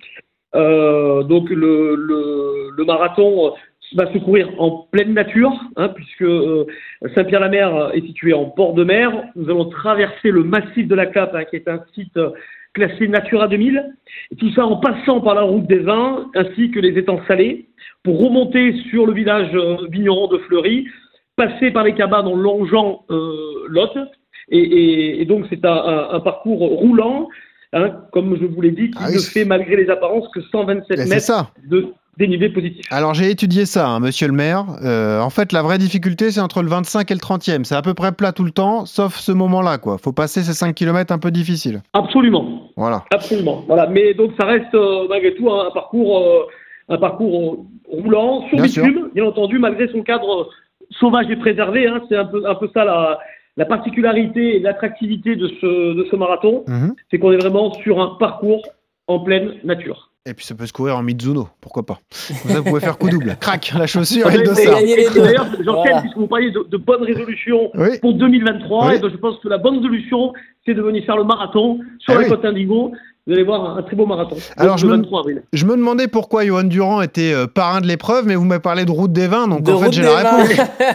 Speaker 14: Donc le marathon va se courir en pleine nature, puisque Saint-Pierre-la-Mer est situé en bord de mer. Nous allons traverser le massif de la Clappe, qui est un site classé Natura 2000. Et tout ça en passant par la route des vins, ainsi que les étangs salés, pour remonter sur le village vigneron de Fleury, passer par les cabanes en longeant l'Aude. Et donc c'est un parcours roulant, comme je vous l'ai dit, qui ne fait malgré les apparences que 127 mètres de dénivelé positif.
Speaker 4: Alors j'ai étudié ça, monsieur le maire. En fait, la vraie difficulté, c'est entre le 25 et le 30e. C'est à peu près plat tout le temps, sauf ce moment-là, quoi. Faut passer ces 5 km un peu difficiles.
Speaker 14: Absolument.
Speaker 4: Voilà.
Speaker 14: Absolument. Voilà. Mais donc ça reste malgré tout un parcours roulant, sur bitume, bien entendu, malgré son cadre sauvage et préservé. C'est un peu ça la particularité et l'attractivité de ce marathon. C'est qu'on est vraiment sur un parcours en pleine nature.
Speaker 4: Et puis ça peut se courir en Mizuno, pourquoi pas. Comme ça, vous pouvez faire coup double. Crac, la chaussure et le dossard.
Speaker 14: D'ailleurs, j'enchaîne, puisque vous parliez de bonnes résolutions pour 2023. Et donc je pense que la bonne résolution, c'est de venir faire le marathon sur la Côte Indigo. Vous allez voir un très beau marathon.
Speaker 4: Alors,
Speaker 14: le 23 avril.
Speaker 4: Je me demandais pourquoi Johan Durand était parrain de l'épreuve, mais vous m'avez parlé de route des vins, donc en fait j'ai la réponse.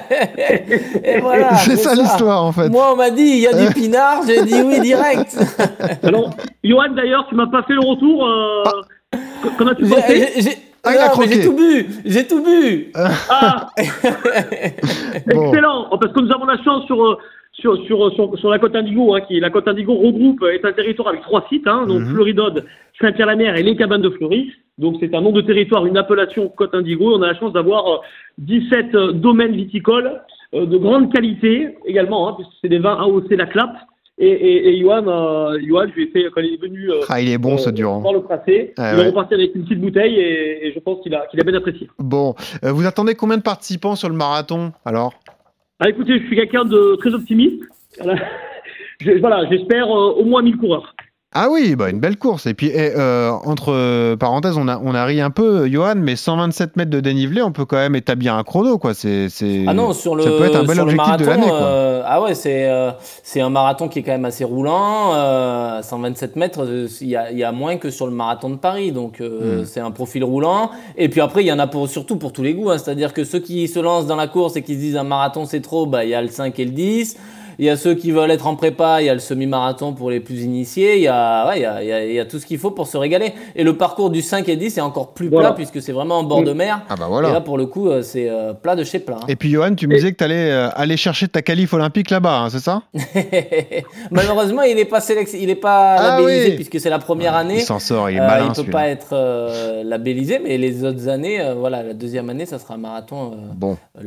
Speaker 5: Et voilà,
Speaker 4: c'est ça l'histoire en fait.
Speaker 5: Moi on m'a dit il y a du pinard, j'ai dit oui direct.
Speaker 14: Alors, Johan d'ailleurs, tu m'as pas fait le retour. Comment tu pensais?
Speaker 5: J'ai tout bu.
Speaker 14: Ah Excellent, parce que nous avons la chance sur la Côte Indigo, la Côte Indigo regroupe, est un territoire avec 3 sites, donc Fleury-d'Aude, Saint-Pierre-la-Mer et les cabanes de Fleury. Donc c'est un nom de territoire, une appellation Côte Indigo. On a la chance d'avoir 17 domaines viticoles de grande qualité également, puisque c'est des vins AOC La Clappe. Et Johan, je lui ai fait, quand il est venu
Speaker 4: il est bon ce Durand.
Speaker 14: Voir le tracé, il est reparti avec une petite bouteille et je pense qu'il a bien apprécié.
Speaker 4: Bon, vous attendez combien de participants sur le marathon alors?
Speaker 14: Écoutez, je suis quelqu'un de très optimiste. J'espère au moins 1000 coureurs.
Speaker 4: Ah oui, une belle course. Et puis, entre parenthèses, on a ri un peu, Johan, mais 127 mètres de dénivelé, on peut quand même établir un chrono, quoi.
Speaker 5: Ah non, ça peut être un bel objectif marathon, de l'année, quoi. C'est un marathon qui est quand même assez roulant. 127 mètres, il y a moins que sur le marathon de Paris. Donc, c'est un profil roulant. Et puis après, il y en a surtout pour tous les goûts. C'est-à-dire que ceux qui se lancent dans la course et qui se disent un marathon, c'est trop, il y a le 5 et le 10. Il y a ceux qui veulent être en prépa, il y a le semi-marathon pour les plus initiés, il y a tout ce qu'il faut pour se régaler. Et le parcours du 5 et 10 est encore plus plat puisque c'est vraiment en bord de mer. Et là, pour le coup, c'est plat de chez plat.
Speaker 4: Et puis, Johan, tu me disais que tu allais aller chercher ta qualif olympique là-bas, c'est ça?
Speaker 5: Malheureusement, il n'est pas labellisé puisque c'est la première année.
Speaker 4: Il s'en sort, il est malin.
Speaker 5: Il ne peut pas être labellisé, mais les autres années, la deuxième année, ça sera un marathon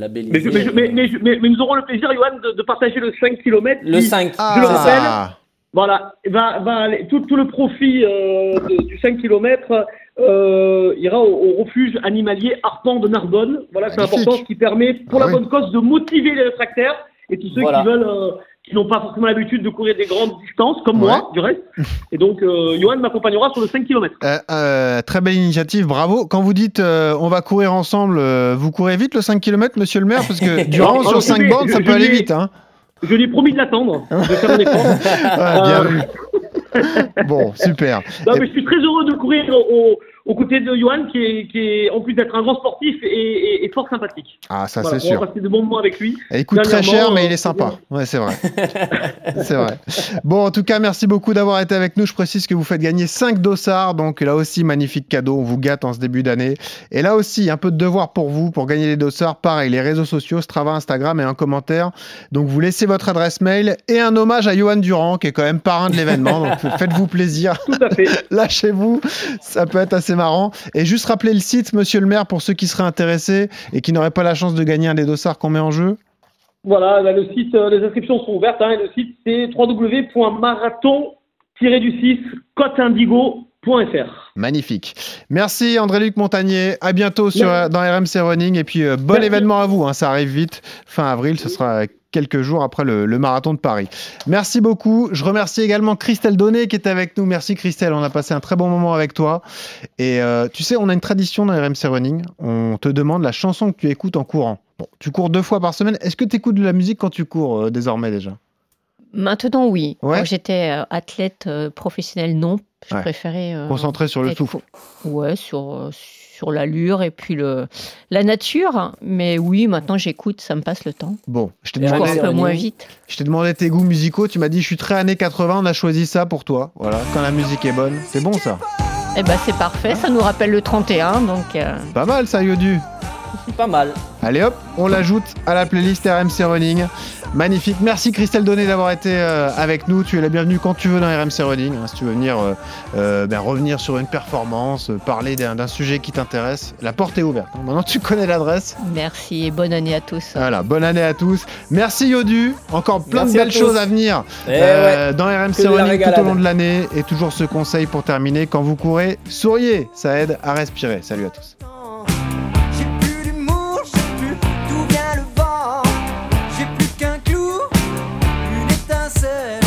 Speaker 5: labellisé.
Speaker 14: Mais nous aurons le plaisir, Johan, de partager le 5 km.
Speaker 5: Le 5.
Speaker 14: Je le rappelle. Voilà, tout le profit du 5 km ira au refuge animalier Harpan de Narbonne. Voilà, c'est important, ce qui permet, pour la bonne cause, de motiver les réfractaires et tous ceux qui veulent, qui n'ont pas forcément l'habitude de courir des grandes distances, comme moi, du reste. Et donc, Johan m'accompagnera sur le 5 km.
Speaker 4: Très belle initiative, bravo. Quand vous dites on va courir ensemble, vous courez vite le 5 km, monsieur le maire, parce que Durand sur 5 bornes, ça peut aller vite. Hein.
Speaker 14: Je lui ai promis de l'attendre, de faire un effort.
Speaker 4: Bien vu. Bon, super.
Speaker 14: Non, mais je suis très heureux de courir aux côtés de Johan, qui est en plus d'être un grand sportif et fort sympathique.
Speaker 4: Ah, ça c'est sûr.
Speaker 14: On va passer de bons moments avec lui.
Speaker 4: Il coûte très cher, mais il est sympa. Ouais, c'est vrai. C'est vrai. Bon, en tout cas, merci beaucoup d'avoir été avec nous. Je précise que vous faites gagner 5 dossards. Donc là aussi, magnifique cadeau. On vous gâte en ce début d'année. Et là aussi, un peu de devoir pour vous, pour gagner les dossards. Pareil, les réseaux sociaux, Strava, Instagram et un commentaire. Donc vous laissez votre adresse mail et un hommage à Johan Durand, qui est quand même parrain de l'événement. Donc faites-vous plaisir.
Speaker 14: Tout à fait.
Speaker 4: Lâchez-vous. Ça peut être assez marrant. Et juste rappeler le site, monsieur le maire, pour ceux qui seraient intéressés et qui n'auraient pas la chance de gagner un des dossards qu'on met en jeu.
Speaker 14: Voilà, le site, les inscriptions sont ouvertes. Et le site, c'est www.marathon-du6-cotindigo.fr.
Speaker 4: Magnifique. Merci André-Luc Montagnier. À bientôt dans RMC Running. Et puis, bon événement à vous. Hein, ça arrive vite. Fin avril, ce sera quelques jours après le marathon de Paris. Merci beaucoup. Je remercie également Christelle Donnet qui est avec nous. Merci Christelle, on a passé un très bon moment avec toi. Et tu sais, on a une tradition dans RMC Running. On te demande la chanson que tu écoutes en courant. Bon, tu cours 2 fois par semaine. Est-ce que tu écoutes de la musique quand tu cours désormais déjà ?
Speaker 10: Maintenant, oui.
Speaker 4: Ouais.
Speaker 10: Quand j'étais athlète professionnelle, non. Je préférais...
Speaker 4: concentrer sur le souffle.
Speaker 10: Ouais, sur l'allure et puis la nature. Mais oui, maintenant, j'écoute, ça me passe le temps.
Speaker 4: Bon, je t'ai
Speaker 10: demandé... un peu moins vite.
Speaker 4: Je t'ai demandé tes goûts musicaux. Tu m'as dit, je suis très années 80, on a choisi ça pour toi. Voilà, quand la musique est bonne. C'est bon, ça ?
Speaker 10: Eh ben, c'est parfait. Ça nous rappelle le 31, donc...
Speaker 4: Pas mal, ça, Yodu.
Speaker 5: Pas mal.
Speaker 4: Allez hop, on l'ajoute à la playlist RMC Running. Magnifique. Merci Christelle Donnet d'avoir été avec nous. Tu es la bienvenue quand tu veux dans RMC Running. Si tu veux venir revenir sur une performance, parler d'un sujet qui t'intéresse, la porte est ouverte. Maintenant tu connais l'adresse.
Speaker 10: Merci et bonne année à tous.
Speaker 4: Voilà, bonne année à tous. Merci Yodu. Encore plein de belles choses à venir dans RMC Running tout au long de l'année. Et toujours ce conseil pour terminer, quand vous courez, souriez. Ça aide à respirer. Salut à tous.
Speaker 12: J'ai plus qu'un clou, une étincelle.